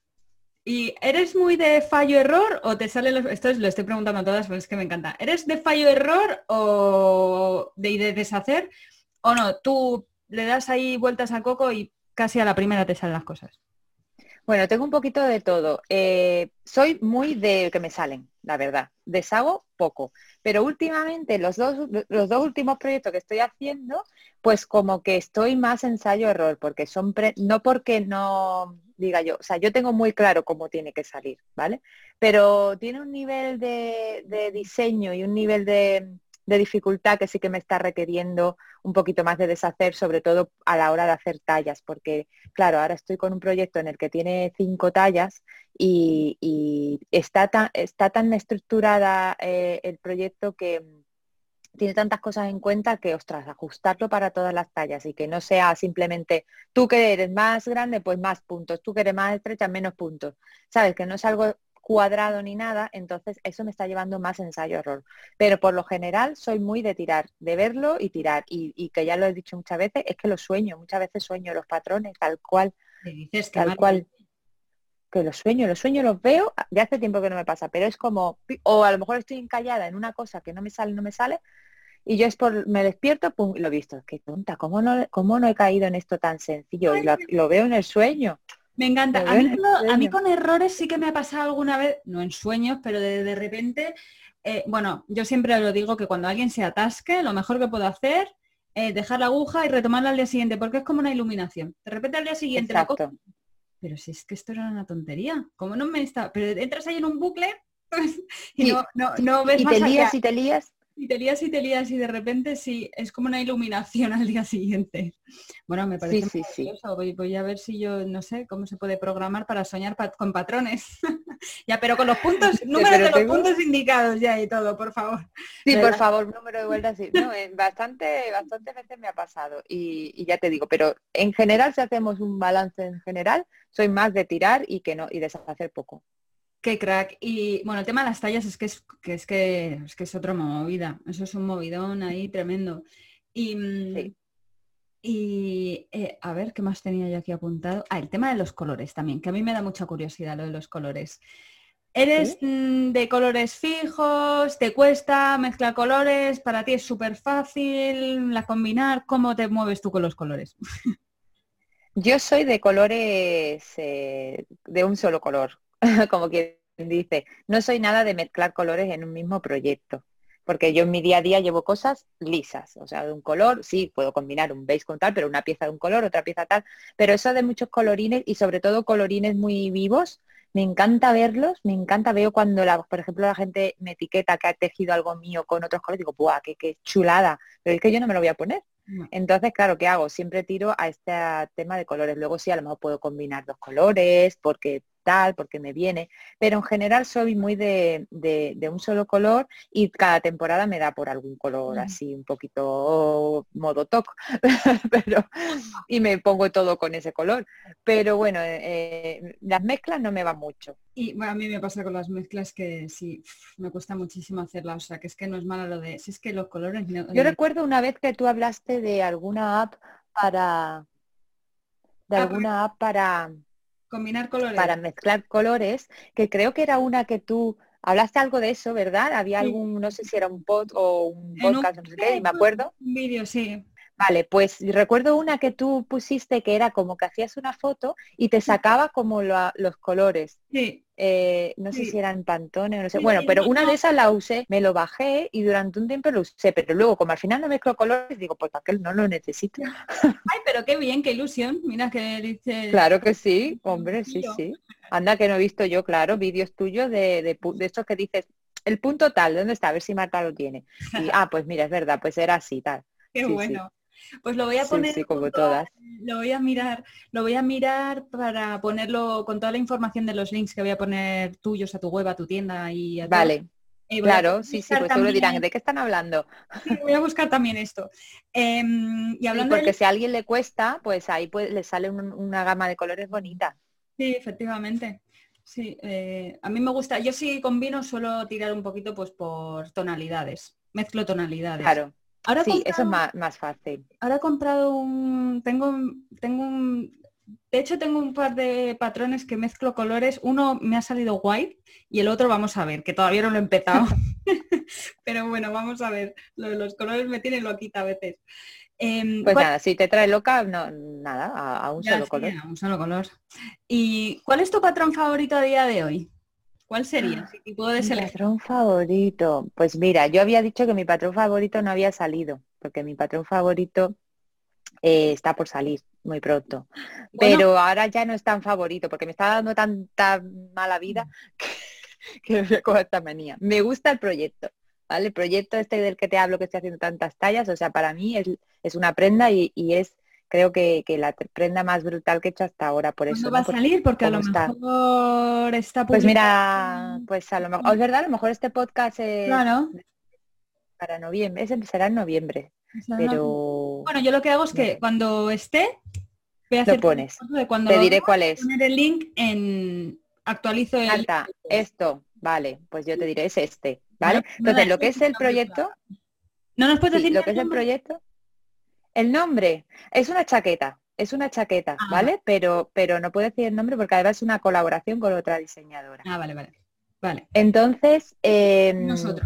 ¿Y eres muy de fallo-error o te salen los... Esto es- lo estoy preguntando a todas, pero es que me encanta. ¿Eres de fallo-error o de, de deshacer? ¿O no? Tú le das ahí vueltas al coco y casi a la primera te salen las cosas. Bueno, tengo un poquito de todo. Eh, soy muy de que me salen, la verdad. Deshago poco. Pero últimamente, los dos, los dos últimos proyectos que estoy haciendo, pues como que estoy más ensayo-error, porque son, pre- no porque no diga yo, o sea, yo tengo muy claro cómo tiene que salir, ¿vale? Pero tiene un nivel de, de diseño y un nivel de, de dificultad que sí que me está requiriendo un poquito más de deshacer, sobre todo a la hora de hacer tallas, porque claro, ahora estoy con un proyecto en el que tiene cinco tallas y, y está tan, está tan estructurada eh, el proyecto que mm, tiene tantas cosas en cuenta que, ostras, ajustarlo para todas las tallas y que no sea simplemente tú que eres más grande, pues más puntos, tú que eres más estrecha, menos puntos. Sabes, que no es algo cuadrado ni nada, entonces eso me está llevando más ensayo-error. Pero por lo general soy muy de tirar, de verlo y tirar. Y, y que ya lo he dicho muchas veces, es que lo sueño, muchas veces sueño los patrones tal cual, ¿Qué dices? Qué tal maravilla. cual que los sueños, los sueños los veo, ya hace tiempo que no me pasa, pero es como, o a lo mejor estoy encallada en una cosa que no me sale, no me sale, y yo es por, me despierto, pum, y lo he visto, qué tonta, ¿cómo no, cómo no he caído en esto tan sencillo? Y lo, lo veo en el sueño. Me encanta. Me A mí, veo en con- a mí sueño. con errores sí que me ha pasado alguna vez, no en sueños, pero de, de repente, eh, bueno, yo siempre lo digo que cuando alguien se atasque, lo mejor que puedo hacer es dejar la aguja y retomarla al día siguiente, porque es como una iluminación. De repente al día siguiente la cojo, Exacto. pero si es que esto era una tontería, ¿cómo no me está? Pero entras ahí en un bucle y no, Sí, no, sí, no y ves y te más allá. lías y te lías. Y te lías y te lías y de repente sí, es como una iluminación al día siguiente. Bueno, me Sí, parece sí, sí. maravilloso. Voy, voy a ver si yo, no sé, cómo se puede programar para soñar pa- con patrones. Ya, pero con los puntos, Sé, números de pero los tengo. puntos indicados ya y todo, por favor. Sí, por ¿Verdad? favor, número de vueltas, sí. No, en bastante, bastantes veces me ha pasado. Y, y ya te digo, pero en general, si hacemos un balance en general, soy más de tirar y que no, y deshacer poco. Qué crack. Y bueno, el tema de las tallas es que es que es que es que es otra movida. Eso es un movidón ahí tremendo. Y, mm, Sí. y eh, a ver, ¿qué más tenía yo aquí apuntado? Ah, el tema de los colores también, que a mí me da mucha curiosidad lo de los colores. ¿Eres ¿Sí? mm, de colores fijos? ¿Te cuesta mezclar colores? ¿Para ti es súper fácil la combinar? ¿Cómo te mueves tú con los colores? Yo soy de colores eh, de un solo color, como quien dice. No soy nada de mezclar colores en un mismo proyecto, porque yo en mi día a día llevo cosas lisas, o sea, de un color, sí, puedo combinar un beige con tal, pero una pieza de un color, otra pieza tal, pero eso de muchos colorines y sobre todo colorines muy vivos, me encanta verlos, me encanta, veo cuando, la, por ejemplo, la gente me etiqueta que ha tejido algo mío con otros colores, digo, ¡buah, qué, qué chulada! Pero es que yo no me lo voy a poner. No. Entonces, claro, ¿qué hago? Siempre tiro a este tema de colores. Luego sí, a lo mejor puedo combinar dos colores, porque tal, porque me viene, pero en general soy muy de, de, de un solo color y cada temporada me da por algún color Ujú. así un poquito modo toc, pero y me pongo todo con ese color. Pero bueno, eh, eh, las mezclas no me van mucho. Y bueno, a mí me pasa con las mezclas que sí, me cuesta muchísimo hacerlas. O sea, que es que no es malo lo de, si es que los colores, no- Yo eh, recuerdo una vez que tú hablaste de alguna app para, de ah, para alguna app para combinar colores. para mezclar colores, que creo que era una que tú hablaste algo de eso, ¿verdad? Había Sí. algún, no sé si era un pod o un En un podcast, no sé qué, ni me vídeo, acuerdo. un vídeo, sí. Vale, pues recuerdo una que tú pusiste que era como que hacías una foto y te sacaba como la- los colores. Sí, Eh, no sé si sí. eran Pantone o no sé. Sí, Bueno, y pero no, una de no. esas la usé, me lo bajé y durante un tiempo lo usé, pero luego como al final no mezclo colores, digo, pues para qué no lo necesito. Ay, pero qué bien, qué ilusión. Mira que dices. Claro que sí, hombre, sí, sí. Anda que no he visto yo, claro, vídeos tuyos de, de, pu- de estos que dices, el punto tal, ¿dónde está? A ver si Marta lo tiene. Y, ah, pues mira, es verdad, pues era así, tal. Qué Sí, sí, bueno. Pues lo voy a sí, poner sí, como junto, todas. lo voy a mirar, lo voy a mirar para ponerlo con toda la información de los links que voy a poner tuyos a tu web, a tu tienda y a todo. Vale, Y voy a claro, sí, sí, buscar pues seguro dirán, también, ¿de qué están hablando? sí, voy a buscar también esto. Em, y Sí, hablando porque del, si a alguien le cuesta, pues ahí pues, le sale un- una gama de colores bonita. sí, efectivamente. Sí, eh, a mí me gusta, yo sí combino, suelo tirar un poquito pues por tonalidades, mezclo tonalidades. Claro, Ahora he sí, eso es comprado más, más fácil. Ahora he comprado un, tengo, un- tengo un, de hecho tengo un par de patrones que mezclo colores. Uno me ha salido guay y el otro vamos a ver, que todavía no lo he empezado. Pero bueno, vamos a ver. Lo de los colores me tiene loquita a veces. Em, Pues ¿cuál, nada, si te trae loca, no, nada, a, a un ya solo sí, color. a un solo color. ¿Y cuál es tu patrón favorito a día de hoy? ¿Cuál sería? Si te puedes Mi elegir. patrón favorito. Pues mira, yo había dicho que mi patrón favorito no había salido, porque mi patrón favorito eh, está por salir muy pronto. Bueno, Pero ahora ya no es tan favorito, porque me está dando tanta mala vida que, me voy a coger esta manía. Me gusta el proyecto, ¿vale? El proyecto este del que te hablo, que estoy haciendo tantas tallas, o sea, para mí es, es una prenda y, y es, creo que, que la prenda más brutal que he hecho hasta ahora, por ¿cuándo eso, va ¿no? a Por salir? Porque a lo cómo está. mejor está Pues publicado. mira, pues a lo mejor, es verdad, a lo mejor este podcast es Claro. para noviembre, ese empezará en noviembre, O sea, no- pero Bueno, yo lo que hago es no que sé, cuando esté, voy a lo hacerte una pones. foto de cuando Te lo diré haga, cuál es. poner el link en actualizo el link Marta, del post. esto, vale, pues yo te diré, es este, Bueno, ¿vale? pues nada, Entonces, lo eso que es es un el nombre claro. proyecto, ¿No nos puedes sí, decir ni lo que el es el nombre? proyecto, el nombre es una chaqueta, es una chaqueta, Ah, vale. ¿vale? Pero, pero no puedo decir el nombre porque además es una colaboración con otra diseñadora. Ah, vale, vale. Vale. Entonces, Dinos em, otro.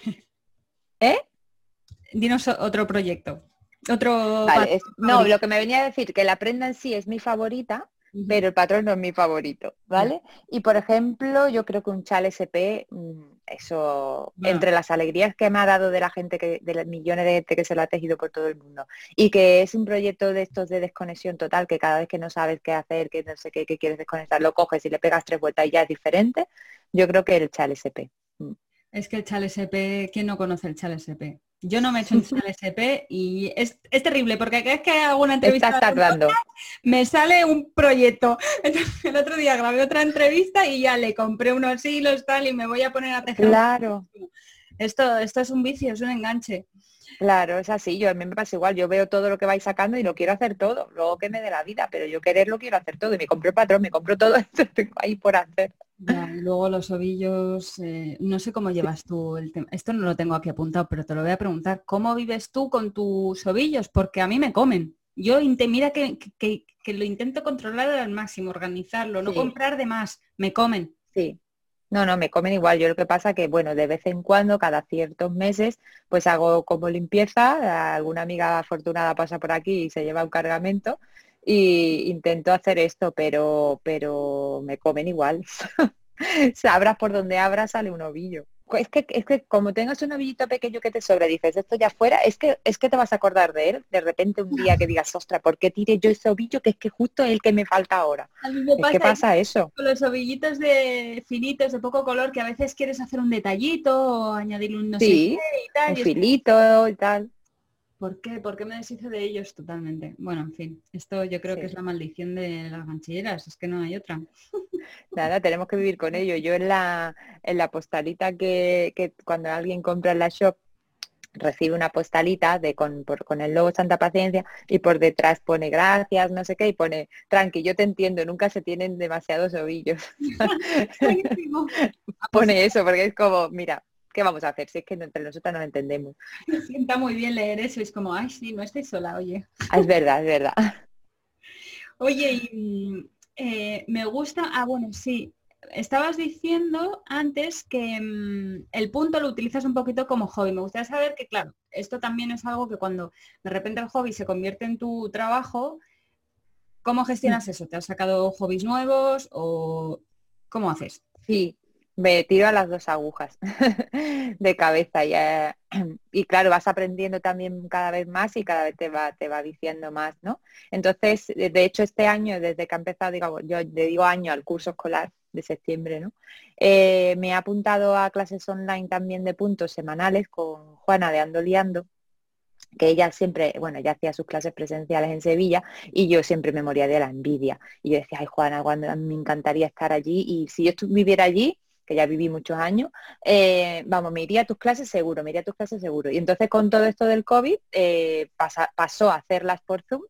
¿eh? Dinos o- otro proyecto. Otro Vale, es, patrón no, favorito. lo que me venía a decir, que la prenda en sí es mi favorita, Ujú. pero el patrón no es mi favorito, Ya. ¿vale? Y por ejemplo, yo creo que un chal S P, mm, eso, Bueno, entre las alegrías que me ha dado de la gente que, de los millones de gente que se lo ha tejido por todo el mundo, y que es un proyecto de estos de desconexión total, que cada vez que no sabes qué hacer, que no sé qué, que quieres desconectar, lo coges y le pegas tres vueltas y ya es diferente, yo creo que el chal S P. Mm. es que el chal S P, ¿quién no conoce el chal S P? Yo no me he hecho un chal S P y es, es terrible porque cada vez que hago una entrevista Estás de algún podcast, tardando. me sale un proyecto. Entonces, el otro día grabé otra entrevista y ya le compré unos hilos tal y me voy a poner a tejer un... Claro. Esto, esto es un vicio, es un enganche. Claro, es así, yo a mí me pasa igual, yo veo todo lo que vais sacando y lo quiero hacer todo, luego que me dé la vida, pero yo querer lo quiero hacer todo y me compro el patrón, me compro todo, esto tengo ahí por hacer. Ya, y luego los ovillos, eh, no sé cómo Sí, llevas tú el tema. Esto no lo tengo aquí apuntado, pero te lo voy a preguntar. ¿Cómo vives tú con tus ovillos? Porque a mí me comen. Yo inte- mira que, que- que lo intento controlar al máximo, organizarlo, no sí, comprar de más. Me comen. sí. No, no, me comen igual, yo lo que pasa que, bueno, de vez en cuando, cada ciertos meses, pues hago como limpieza, alguna amiga afortunada pasa por aquí y se lleva un cargamento y intento hacer esto, pero, pero me comen igual. Abras por donde abras sale un ovillo. Es que, es que como tengas un ovillito pequeño que te sobra, dices, esto ya fuera, es que, es que te vas a acordar de él de repente un día que digas, ostra, ¿por qué tiré yo ese ovillo que es que justo es el que me falta ahora? A mí me Es que pasa pasa eso. con los ovillitos de finitos, de poco color, que a veces quieres hacer un detallito o añadirle un no sé qué Sí, y tal. un Y es filito y tal. ¿por qué? ¿Por qué me deshice de ellos totalmente? Bueno, en fin, esto yo creo que es Sí. la maldición de las ganchilleras, es que no hay otra. Nada, tenemos que vivir con ello. Yo en la, en la postalita que, que cuando alguien compra en la shop, recibe una postalita de con, por- con el logo Santa Paciencia y por detrás pone gracias, no sé qué, y pone, tranqui, yo te entiendo, nunca se tienen demasiados ovillos. Buenísimo. Ah, pues Pone eso, porque es como, mira, ¿qué vamos a hacer? Si es que no- entre nosotras nos entendemos. me sienta muy bien leer eso, es como, ay, sí, no estoy sola, oye. Ah, es verdad, es verdad. Oye, y mm, eh, me gusta, ah, bueno, sí, estabas diciendo antes que mm, el punto lo utilizas un poquito como hobby. Me gustaría saber que, claro, esto también es algo que cuando de repente el hobby se convierte en tu trabajo, ¿cómo gestionas eso? ¿Te has sacado hobbies nuevos o cómo haces? Sí, me tiro a las dos agujas de cabeza ya. Y claro, vas aprendiendo también cada vez más y cada vez te va, te va diciendo más, ¿no? Entonces, de de hecho, este año, desde que ha empezado, digamos, yo le digo año al curso escolar de septiembre, ¿no? Eh, me he apuntado a clases online también de puntos semanales con Juana de Ando Liando, que ella siempre, bueno, ella hacía sus clases presenciales en Sevilla y yo siempre me moría de la envidia. Y yo decía, ay Juana, cuando, a mí me encantaría estar allí y si yo estu- viviera allí, que ya viví muchos años, eh, vamos, me iría a tus clases seguro, me iría a tus clases seguro. Y entonces con todo esto del COVID eh, pasa- pasó a hacerlas por Zoom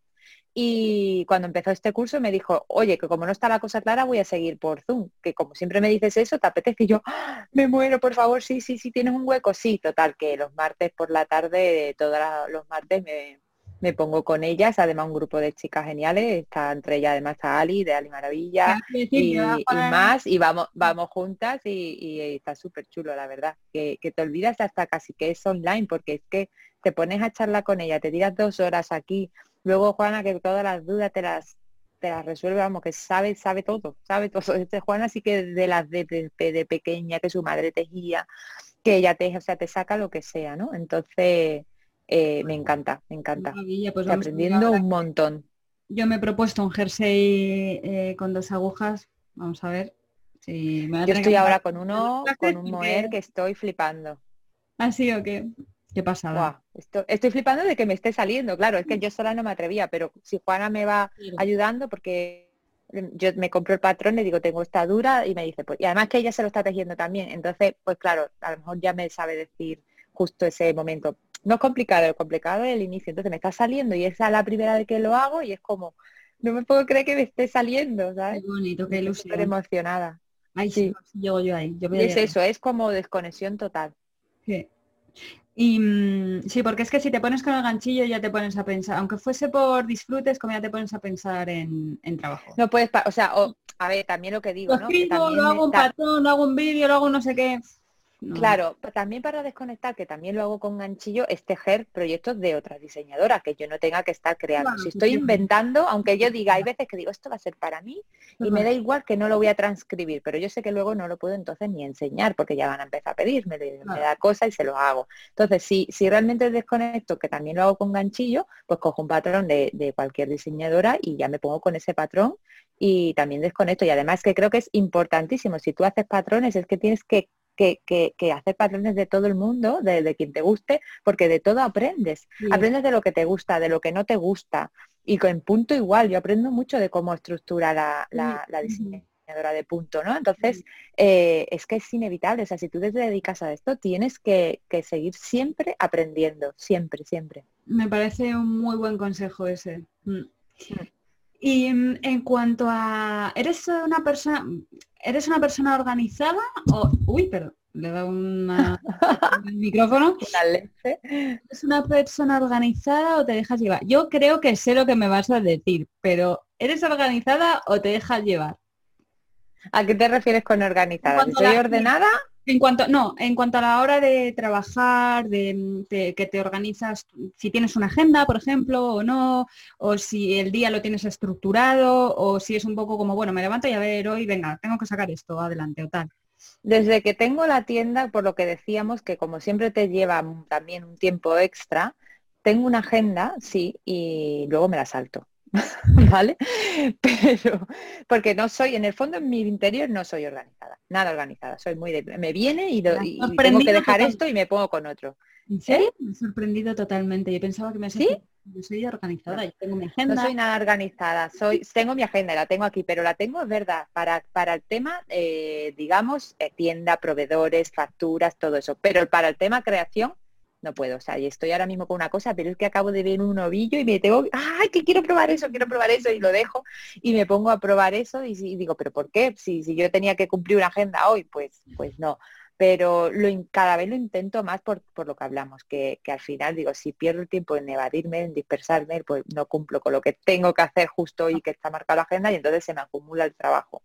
y cuando empezó este curso me dijo, oye, que como no está la cosa clara, voy a seguir por Zoom. Que como siempre me dices eso, ¿te apetece? Y yo, "Ah, me muero, por favor, sí, sí, sí, tienes un hueco. Sí, total, que los martes por la tarde, todos los martes me, me pongo con ellas. Además, un grupo de chicas geniales. Está entre ellas, además, está Ali, de Ali Te Maravilla hace decir que va a y, y jugar- más. Y vamos, vamos juntas y, y está súper chulo, la verdad. Que, que te olvidas hasta casi que es online, porque es que te pones a charlar con ella, te tiras dos horas aquí. Luego Juana, que todas las dudas te las, te las resuelve, vamos, que sabe, sabe todo, sabe todo. Este Juana sí que de las de, de, de pequeña, que su madre tejía, que ella teje, o sea, te saca lo que sea, ¿no? Entonces, eh, me encanta, me Qué encanta. maravilla, pues Estoy vamos a ver aprendiendo ahora. un montón. Yo me he propuesto un jersey eh, con dos agujas. Vamos a ver si me voy a Yo tener que estoy apuntar ahora con a las uno, con clases un moher porque que estoy flipando. así o qué. Qué pasada. Buah, esto- estoy flipando de que me esté saliendo, claro, es que yo sola no me atrevía, pero si Juana me va Claro. ayudando, porque em, yo me compro el patrón, le digo, tengo esta dura, y me dice, pues, y además que ella se lo está tejiendo también, entonces, pues claro, a lo mejor ya me sabe decir justo ese momento. No es complicado, lo complicado es el inicio, entonces me está saliendo y esa es la primera vez que lo hago y es como, no me puedo creer que me esté saliendo, Qué ¿sabes? bonito, Y qué estoy súper ilusión. emocionada. Ay, sí, Sí, a ver si llego yo ahí. Yo voy a y es llegar. eso, es como desconexión total. Sí. Y mm, sí, porque es que si te pones con el ganchillo ya te pones a pensar, aunque fuese por disfrutes, como ya te pones a pensar en, en trabajo. No puedes, pa- o sea, o, a ver, también lo que Lo digo, ¿no? Que escribo, lo también hago un está, patrón, lo hago un vídeo, lo hago no sé qué. No. Claro, pa- también para desconectar, que también lo hago con ganchillo, es tejer proyectos de otras diseñadoras, que yo no tenga que estar creando. Bueno, Si estoy efectivamente. inventando, aunque yo diga, hay veces que digo, esto va a ser para mí y me da igual que no lo voy a transcribir, pero yo sé que luego no lo puedo entonces ni enseñar porque ya van a empezar a pedirme, me, me Claro. da cosa y se lo hago. Entonces, si, si realmente desconecto, que también lo hago con ganchillo, pues cojo un patrón de, de cualquier diseñadora y ya me pongo con ese patrón y también desconecto. Y además que creo que es importantísimo, si tú haces patrones, es que tienes que que, que, que hacer patrones de todo el mundo, de, de quien te guste, porque de todo aprendes. Sí, Aprendes de lo que te gusta, de lo que no te gusta. Y con punto igual, yo aprendo mucho de cómo estructura la, sí, la, la ujú, diseñadora de punto, ¿no? Entonces, sí. eh, es que es inevitable. O sea, si tú te dedicas a esto, tienes que, que seguir siempre aprendiendo, siempre, siempre. Me parece un muy buen consejo ese. Mm. Mm. Y mm, en cuanto a, ¿eres una persona, eres una persona organizada o, uy, perdón, le he dado una el micrófono? Una leche. ¿Eres una persona organizada o te dejas llevar? Yo creo que sé lo que me vas a decir, pero ¿eres organizada o te dejas llevar? ¿A qué te refieres con En organizada? Si cuanto a soy la, sí, ordenada, en cuanto, no, en cuanto a la hora de trabajar, de, mm, de que te organizas, si tienes una agenda, por ejemplo, o no, o si el día lo tienes estructurado, o si es un poco como, bueno, me levanto y a ver, hoy, venga, tengo que sacar esto adelante o tal. desde que tengo la tienda, por lo que decíamos, que como siempre te lleva un- también un tiempo extra, tengo una agenda, sí, y luego me la salto, ¿vale? Pero, porque no soy, en el fondo, en mi interior no soy organizada, nada organizada, soy muy de, me viene y, Me lo- has y- y tengo que sorprendido dejar totalmente. esto y me pongo con otro. ¿En ¿Eh? serio? Me ha sorprendido totalmente. Yo pensaba que me has ¿Sí? decir, yo soy No. organizadora, yo tengo mi No agenda. soy nada organizada, soy, tengo mi agenda, la tengo aquí, pero la tengo, es verdad, para, para el tema, eh, digamos, eh, tienda, proveedores, facturas, todo eso. Pero para el tema creación, no puedo. O sea, y estoy ahora mismo con una cosa, pero es que acabo de ver un ovillo y me tengo, ay, que quiero probar eso, quiero probar eso, y lo dejo y me pongo a probar eso y, y digo, pero ¿por qué? Si, si yo tenía que cumplir una agenda hoy, pues, pues no, pero lo, in- cada vez lo intento más por, por lo que hablamos, que, que al final digo, si pierdo el tiempo en evadirme, en dispersarme, pues no cumplo con lo que tengo que hacer justo hoy que está marcada la agenda y entonces se me acumula el trabajo.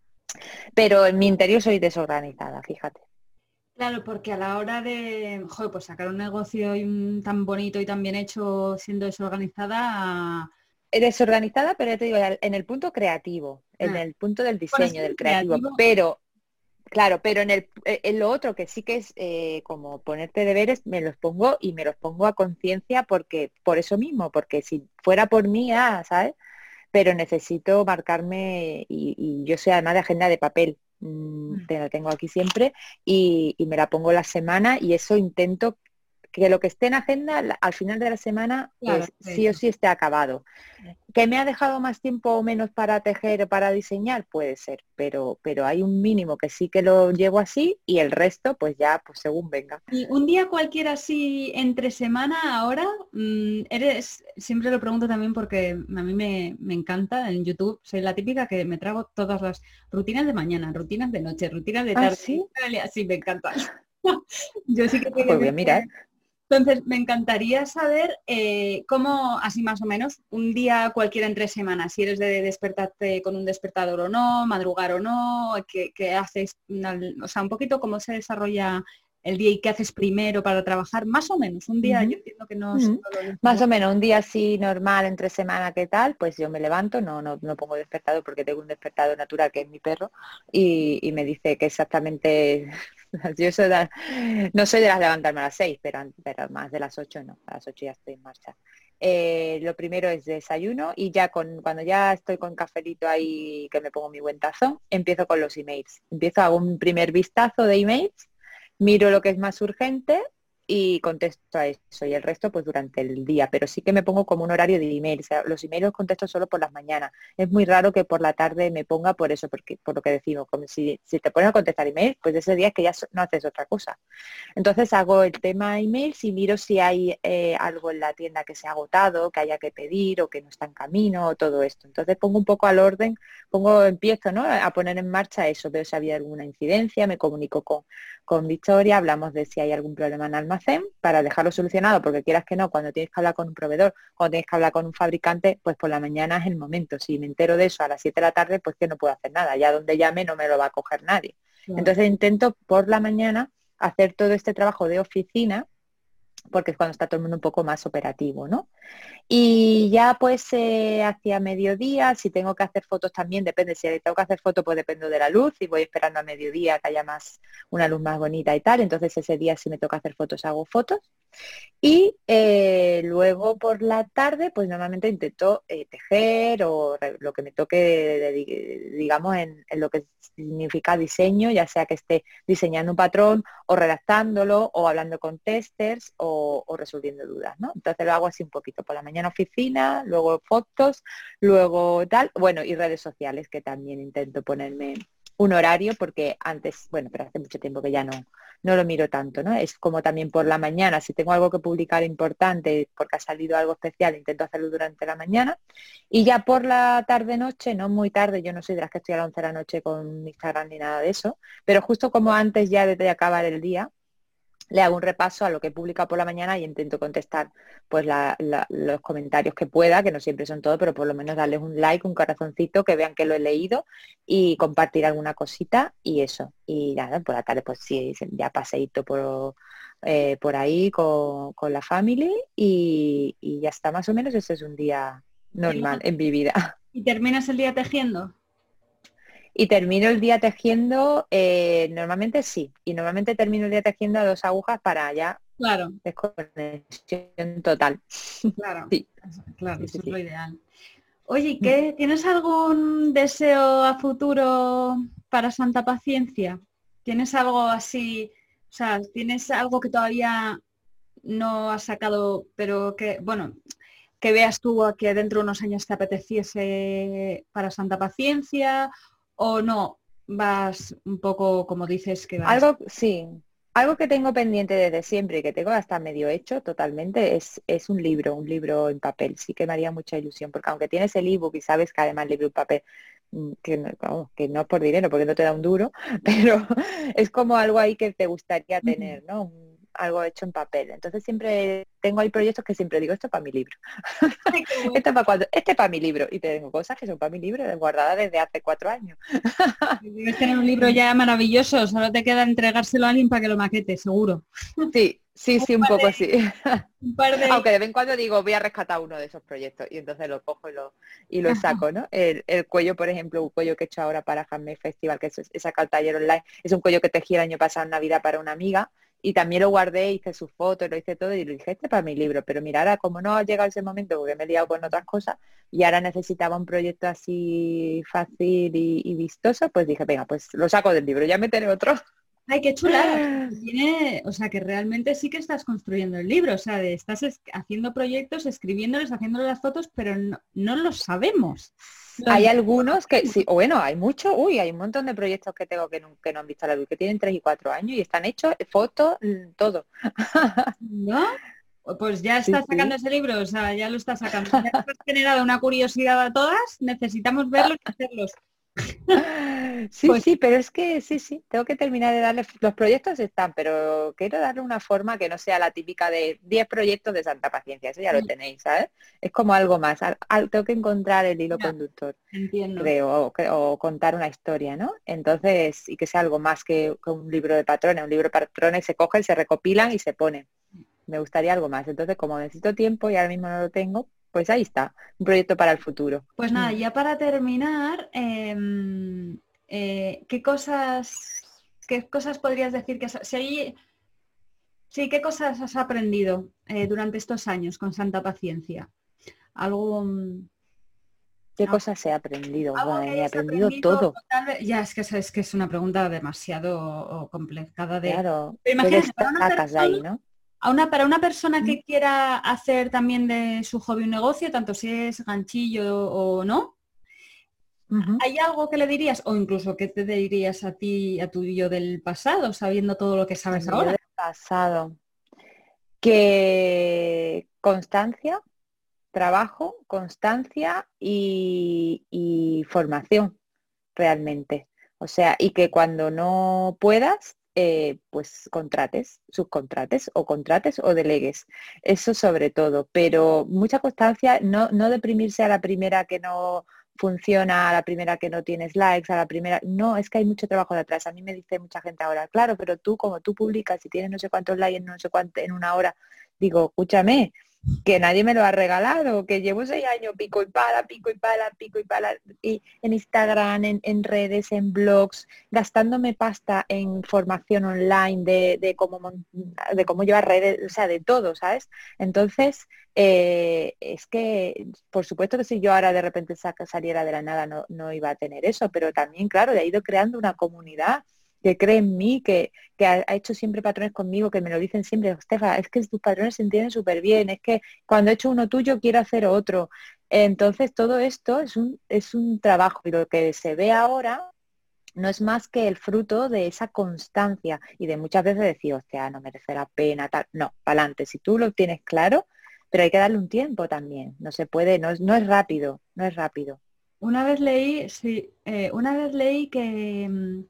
Pero en mi interior soy desorganizada, fíjate. Claro, porque a la hora de, joder, pues sacar un negocio y un- tan bonito y tan bien hecho siendo desorganizada, Desorganizada, pero ya te digo, en el punto creativo, en ah, el punto del bueno, diseño, sí, del creativo, creativo. pero claro, pero en, el, eh, en lo otro que sí que es eh, como ponerte deberes, me los pongo y me los pongo a conciencia porque, por eso mismo, porque si fuera por mí, ah, ¿sabes? Pero necesito marcarme y, y yo soy además de agenda de papel, mm, Mm. te la tengo aquí siempre y, y me la pongo la semana y eso intento que lo que esté en agenda la- al final de la semana, Claro, pues de sí o hecho. sí esté acabado. ¿Que me ha dejado más tiempo o menos para tejer o para diseñar? Puede ser, pero, pero hay un mínimo que sí que lo llevo así y el resto pues ya pues según venga. Y un día cualquiera así entre semana ahora, mm, eres, siempre lo pregunto también porque a mí me, me encanta en YouTube, soy la típica que me trago todas las rutinas de mañana, rutinas de noche, rutinas de Ah, tarde, sí, así me encanta. Yo sí que pues voy a mirar. entonces, me encantaría saber eh, cómo, así más o menos, un día cualquiera entre semanas, si eres de despertarte con un despertador o no, madrugar o no, qué, qué haces, al- o sea, un poquito cómo se desarrolla el día y qué haces primero para trabajar, más o menos, un día, yo Ujú. entiendo que no es Mm. todos los días Más igual. o menos un día así normal entre semana, ¿qué tal? Pues yo me levanto, no, no, no pongo despertador porque tengo un despertador natural que es mi perro y, y me dice que exactamente, yo soy de- no soy de las de levantarme a las seis, pero, an- pero más de las ocho no, a las ocho ya estoy en marcha. Eh, lo primero es desayuno y ya con, cuando ya estoy con cafelito ahí que me pongo mi buen tazón, empiezo con los emails. Empiezo, hago un primer vistazo de emails, miro lo que es más urgente y contesto a eso y el resto pues durante el día, pero sí que me pongo como un horario de email, o sea, los emails los contesto solo por las mañanas. Es muy raro que por la tarde me ponga por eso, porque por lo que decimos, como si, si te pones a contestar emails, pues ese día es que ya so- no haces otra cosa. Entonces hago el tema emails y miro si hay eh, algo en la tienda que se ha agotado, que haya que pedir o que no está en camino o todo esto. Entonces pongo un poco al orden, pongo, empiezo, ¿no?, a poner en marcha eso, veo si había alguna incidencia, me comunico con, con Victoria, hablamos de si hay algún problema en almacén para dejarlo solucionado, porque quieras que no, cuando tienes que hablar con un proveedor, cuando tienes que hablar con un fabricante, pues por la mañana es el momento. Si me entero de eso a las siete de la tarde, pues que no puedo hacer nada. Ya donde llame no me lo va a coger nadie. Claro. Entonces intento por la mañana hacer todo este trabajo de oficina, porque es cuando está todo el mundo un poco más operativo, ¿no? Y ya pues eh, hacia mediodía, si tengo que hacer fotos también, depende, si tengo que hacer fotos pues depende de la luz y voy esperando a mediodía que haya más, una luz más bonita y tal, entonces ese día si me toca hacer fotos hago fotos. Y eh, luego por la tarde, pues normalmente intento eh, tejer o re- lo que me toque, de- de- de- digamos, en, en lo que significa diseño, ya sea que esté diseñando un patrón o redactándolo o hablando con testers o, o resolviendo dudas, ¿no? Entonces lo hago así un poquito, por la mañana oficina, luego fotos, luego tal, bueno, y redes sociales, que también intento ponerme un horario porque antes, bueno, pero hace mucho tiempo que ya no no lo miro tanto, ¿no? Es como también por la mañana, si tengo algo que publicar importante porque ha salido algo especial, intento hacerlo durante la mañana. Y ya por la tarde-noche, no muy tarde, yo no soy de las que estoy a las once de la noche con Instagram ni nada de eso, pero justo como antes ya de acabar el día, le hago un repaso a lo que he publicado por la mañana y intento contestar pues la- la- los comentarios que pueda, que no siempre son todos, pero por lo menos darles un like, un corazoncito, que vean que lo he leído y compartir alguna cosita y eso. Y nada, por la tarde pues sí, ya paseíto por, eh, por ahí con, con la family y, y ya está, más o menos ese es un día ¿Y, normal luego- en mi vida. y terminas el día tejiendo? Y termino el día tejiendo, eh, normalmente sí, y normalmente termino el día tejiendo a dos agujas para ya Claro, desconexión total. claro, Sí, claro, sí, sí, eso es lo sí. ideal. Oye, ¿y Mm. qué? ¿Tienes algún deseo a futuro para Santa Paciencia? ¿Tienes algo así, o sea, tienes algo que todavía no has sacado, pero que, bueno, que veas tú a que dentro de unos años te apeteciese para Santa Paciencia o no? Vas un poco como dices que vas. Algo, sí, algo que tengo pendiente desde siempre y que tengo hasta medio hecho totalmente es, es un libro, un libro en papel. Sí que me haría mucha ilusión, porque aunque tienes el ebook y sabes que además el libro en papel, mm, que no, vamos, que no es por dinero, porque no te da un duro, pero es como algo ahí que te gustaría Ujú. tener, ¿no? Un- algo hecho en papel. Entonces siempre tengo ahí proyectos que siempre digo, esto es para mi libro. Ay, qué bueno. Esto es para cuando, este es para mi libro. Y tengo cosas que son para mi libro guardadas desde hace cuatro años. Debes tener un libro ya maravilloso, solo te queda entregárselo a alguien para que lo maquete, seguro. Sí, sí, Un sí, un par de, poco así. un par de... Aunque de vez en cuando digo, voy a rescatar uno de esos proyectos y entonces lo cojo y lo, y lo Ajá. saco, ¿no? El, el cuello, por ejemplo, un cuello que he hecho ahora para Handmade Festival, que es, he sacado el taller online, es un cuello que tejí el año pasado en Navidad para una amiga y también lo guardé, hice sus fotos, lo hice todo y le dije, este es para mi libro, pero mira, ahora como no ha llegado ese momento porque me he liado con otras cosas y ahora necesitaba un proyecto así fácil y, y vistoso, pues dije, venga, pues lo saco del libro, ya meteré otro. Ay, qué chulada. O sea, que tiene, o sea, que realmente sí que estás construyendo el libro, o sea, de, estás es- haciendo proyectos, escribiéndoles, haciéndole las fotos, pero no, no lo sabemos. Los Hay demás algunos que sabemos, sí, o bueno, hay muchos, uy, hay un montón de proyectos que tengo que no, que no han visto la luz, que tienen tres y cuatro años y están hechos, eh, fotos, mm, todo. ¿no? Pues ya Sí, estás sacando sí. ese libro, o sea, ya lo estás sacando. Ya nos has generado una curiosidad a todas, necesitamos verlos y hacerlos. Sí, Pues sí, pero es que sí, sí, tengo que terminar de darle, los proyectos están, pero quiero darle una forma que no sea la típica de diez proyectos de Santa Paciencia, eso ya lo sí, tenéis, ¿sabes? Es como algo más, al- al- tengo que encontrar el hilo ya, conductor, entiendo. creo, o, que- o contar una historia, ¿no? Entonces, y que sea algo más que, que un libro de patrones, un libro de patrones se cogen, se recopilan y se ponen. Me gustaría algo más. Entonces, como necesito tiempo y ahora mismo no lo tengo, pues ahí está, un proyecto para el futuro. Pues nada, Mm. ya para terminar, em, eh, ¿qué cosas, qué cosas podrías decir que has- si hay- sí, qué cosas has aprendido eh, durante estos años con Santa Paciencia? Algo, mm, ¿Qué algo, cosas he aprendido? algo que Madre mía, he hayas aprendido aprendido, todo. tal vez, ya es que es, es que es una pregunta demasiado complicada de. Claro, Pero ¿qué imagínate, para una destacas de persona, ahí, no? a una, para una persona Mm. que quiera hacer también de su hobby un negocio, tanto si es ganchillo o no. Ujú. ¿Hay algo que le dirías o incluso que te dirías a ti, a tu yo del pasado, sabiendo todo lo que A sabes mi yo ahora? del pasado. Que constancia, trabajo, constancia y, y formación, realmente. O sea, y que cuando no puedas, eh, pues contrates, subcontrates o contrates o delegues. Eso sobre todo, pero mucha constancia, no, no deprimirse a la primera que no funciona a la primera que no tienes likes, a la primera... No, es que hay mucho trabajo detrás. A mí me dice mucha gente ahora, claro, pero tú, como tú publicas y tienes no sé cuántos likes en no sé cuánto, en una hora, digo, escúchame, que nadie me lo ha regalado, que llevo seis años pico y pala, pico y pala, pico y pala, y en Instagram, en, en redes, en blogs, gastándome pasta en formación online de, de cómo mon- de cómo llevar redes, o sea, de todo, ¿sabes? Entonces, eh, es que, por supuesto que si yo ahora de repente saca, saliera de la nada no, no iba a tener eso, pero también, claro, he ido creando una comunidad que cree en mí, que, que ha, ha hecho siempre patrones conmigo, que me lo dicen siempre, Estefa, es que tus patrones se entienden súper bien, es que cuando he hecho uno tuyo quiero hacer otro. Entonces todo esto es un, es un trabajo y lo que se ve ahora no es más que el fruto de esa constancia y de muchas veces decir, hostia, no merece la pena, tal. No, para adelante, si tú lo tienes claro, pero hay que darle un tiempo también, no se puede, no es, no es rápido, no es rápido. Una vez leí, sí, eh, una vez leí que, mm,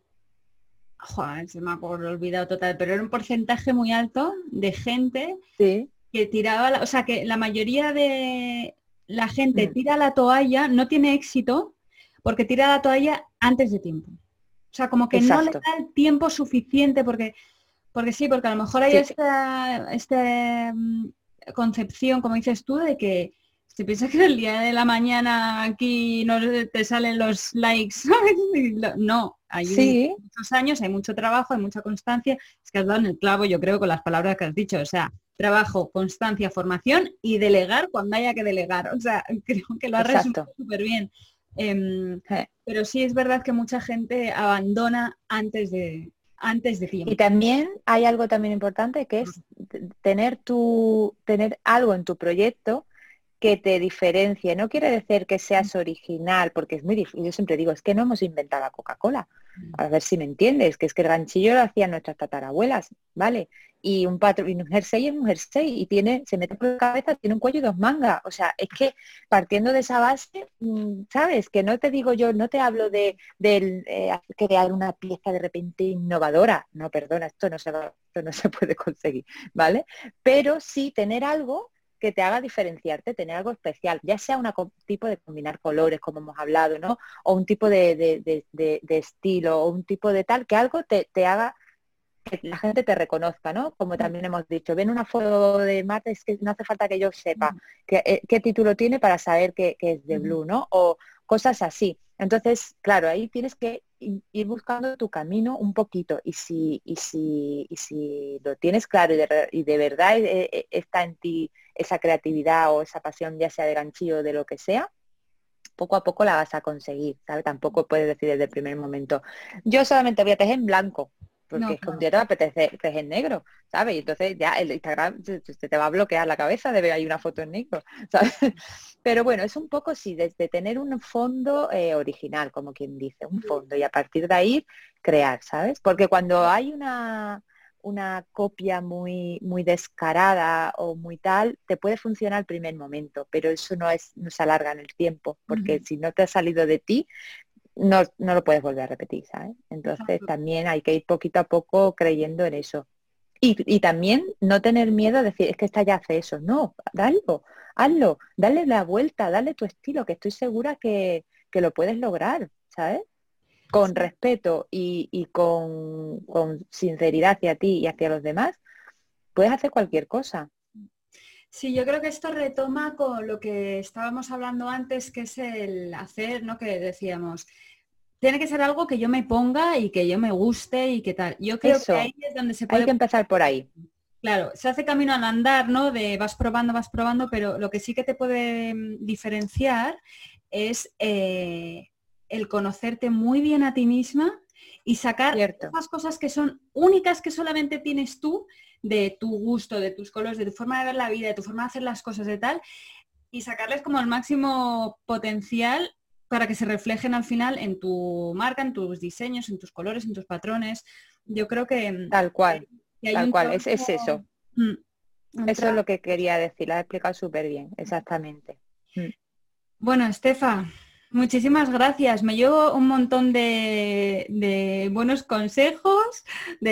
joder, se me ha olvidado total, pero era un porcentaje muy alto de gente Sí, que tiraba, la- o sea, que la mayoría de la gente mm, tira la toalla, no tiene éxito porque tira la toalla antes de tiempo. O sea, como que no le exacto. da el tiempo suficiente porque, porque sí, porque a lo mejor hay Sí, esta, esta mm, concepción, como dices tú, de que si piensas que el día de la mañana aquí no te salen los likes, ¿sabes? Y lo- no, hay un- sí, muchos años, hay mucho trabajo, hay mucha constancia. Es que has dado en el clavo, yo creo, con las palabras que has dicho. O sea, trabajo, constancia, formación y delegar cuando haya que delegar. O sea, creo que lo has resumido exacto. súper bien. Em, Eh, pero sí es verdad que mucha gente abandona antes de, antes de Y tiempo. también hay algo también importante que es t- tener tu, tener algo en tu proyecto que te diferencie. No quiere decir que seas original, porque es muy difícil. Yo siempre digo, es que no hemos inventado la Coca-Cola. A ver si me entiendes, que es que el ganchillo lo hacían nuestras tatarabuelas, ¿vale? Y un patrón, y un jersey es un jersey y tiene, se mete por la cabeza, tiene un cuello y dos mangas. O sea, es que partiendo de esa base, mm, ¿sabes? Que no te digo yo, no te hablo de del eh, crear una pieza de repente innovadora. No, perdona, esto no se va, esto no se puede conseguir, ¿vale? Pero sí tener algo que te haga diferenciarte, tener algo especial, ya sea un tipo de combinar colores, como hemos hablado, ¿no? O un tipo de, de, de, de, de estilo, o un tipo de tal, que algo te, te haga que la gente te reconozca, ¿no? Como también hemos dicho, ven una foto de Marta, es que no hace falta que yo sepa qué, eh, qué título tiene para saber que, que es de Blue, ¿no? O cosas así. Entonces, claro, ahí tienes que ir buscando tu camino un poquito y si, y si, y si lo tienes claro y de, y de verdad eh, eh, está en ti esa creatividad o esa pasión, ya sea de ganchillo o de lo que sea, poco a poco la vas a conseguir, ¿sabes? Tampoco puedes decir desde el primer momento, yo solamente voy a tejer en blanco, porque No, es que un claro. día te va a apetecer tejer en negro, ¿sabes? Y entonces ya el Instagram se, se te va a bloquear la cabeza de ver ahí una foto en negro, ¿sabes? Pero bueno, es un poco sí, desde tener un fondo eh, original, como quien dice, un fondo, y a partir de ahí crear, ¿sabes? Porque cuando hay una una copia muy, muy descarada o muy tal, te puede funcionar al primer momento, pero eso no es, no se alarga en el tiempo, porque Ujú. si no te ha salido de ti, no, no lo puedes volver a repetir, ¿sabes? Entonces Exacto. también hay que ir poquito a poco creyendo en eso. Y, y también no tener miedo a decir, es que esta ya hace eso. No, hazlo, hazlo, dale la vuelta, dale tu estilo, que estoy segura que, que lo puedes lograr, ¿sabes? Con Sí. respeto y, y con, con sinceridad hacia ti y hacia los demás, puedes hacer cualquier cosa. Sí, yo creo que esto retoma con lo que estábamos hablando antes, que es el hacer, ¿no? Que decíamos, tiene que ser algo que yo me ponga y que yo me guste y que tal. Yo creo que ahí Eso, es donde se hay puede... que empezar por ahí. Claro, se hace camino al andar, ¿no? De vas probando, vas probando, pero lo que sí que te puede mm, diferenciar es eh, el conocerte muy bien a ti misma y sacar Cierto, esas cosas que son únicas que solamente tienes tú, de tu gusto, de tus colores, de tu forma de ver la vida, de tu forma de hacer las cosas, de tal, y sacarles como el máximo potencial para que se reflejen al final en tu marca, en tus diseños, en tus colores, en tus patrones. Yo creo que, mm, tal cual, que hay tal un cual, es, es trabajo... eso. mm, un Eso es tra- lo que quería decir, lo has explicado súper bien, exactamente. Mm. Bueno, Estefa, muchísimas gracias. Me llevo un montón de, de buenos consejos,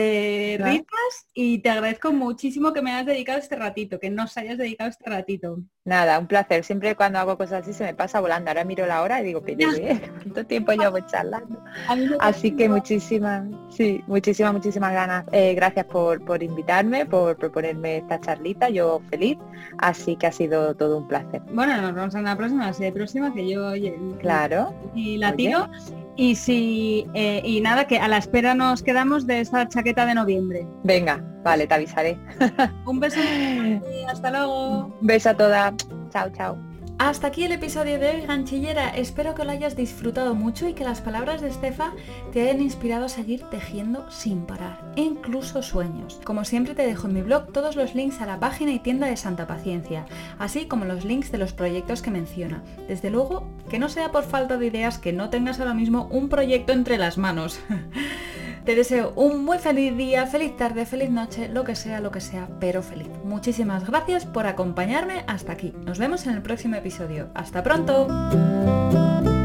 de ¿No? risas y te agradezco muchísimo que me hayas dedicado este ratito, que nos hayas dedicado este ratito. Nada, un placer. Siempre cuando hago cosas así se me pasa volando. Ahora miro la hora y digo, pero ¿eh? ¿Cuánto tiempo llevo charlando? Así que muchísimas, sí, muchísimas, muchísimas ganas. Eh, gracias por, por invitarme, por proponerme esta charlita. Yo feliz. Así que ha sido todo un placer. Bueno, nos vemos en la próxima, la serie próxima, que yo oye, claro. Y la tiro. Y si eh, y nada, que a la espera nos quedamos de esta chaqueta de noviembre. Venga, vale, te avisaré. Un beso y hasta luego. Beso a todas. Chao, chao. Hasta aquí el episodio de hoy, ganchillera. Espero que lo hayas disfrutado mucho y que las palabras de Estefa te hayan inspirado a seguir tejiendo sin parar, incluso sueños. Como siempre te dejo en mi blog todos los links a la página y tienda de Santa Paciencia, así como los links de los proyectos que menciona. Desde luego, que no sea por falta de ideas que no tengas ahora mismo un proyecto entre las manos. Te deseo un muy feliz día, feliz tarde, feliz noche, lo que sea, lo que sea, pero feliz. Muchísimas gracias por acompañarme hasta aquí. Nos vemos en el próximo episodio. ¡Hasta pronto!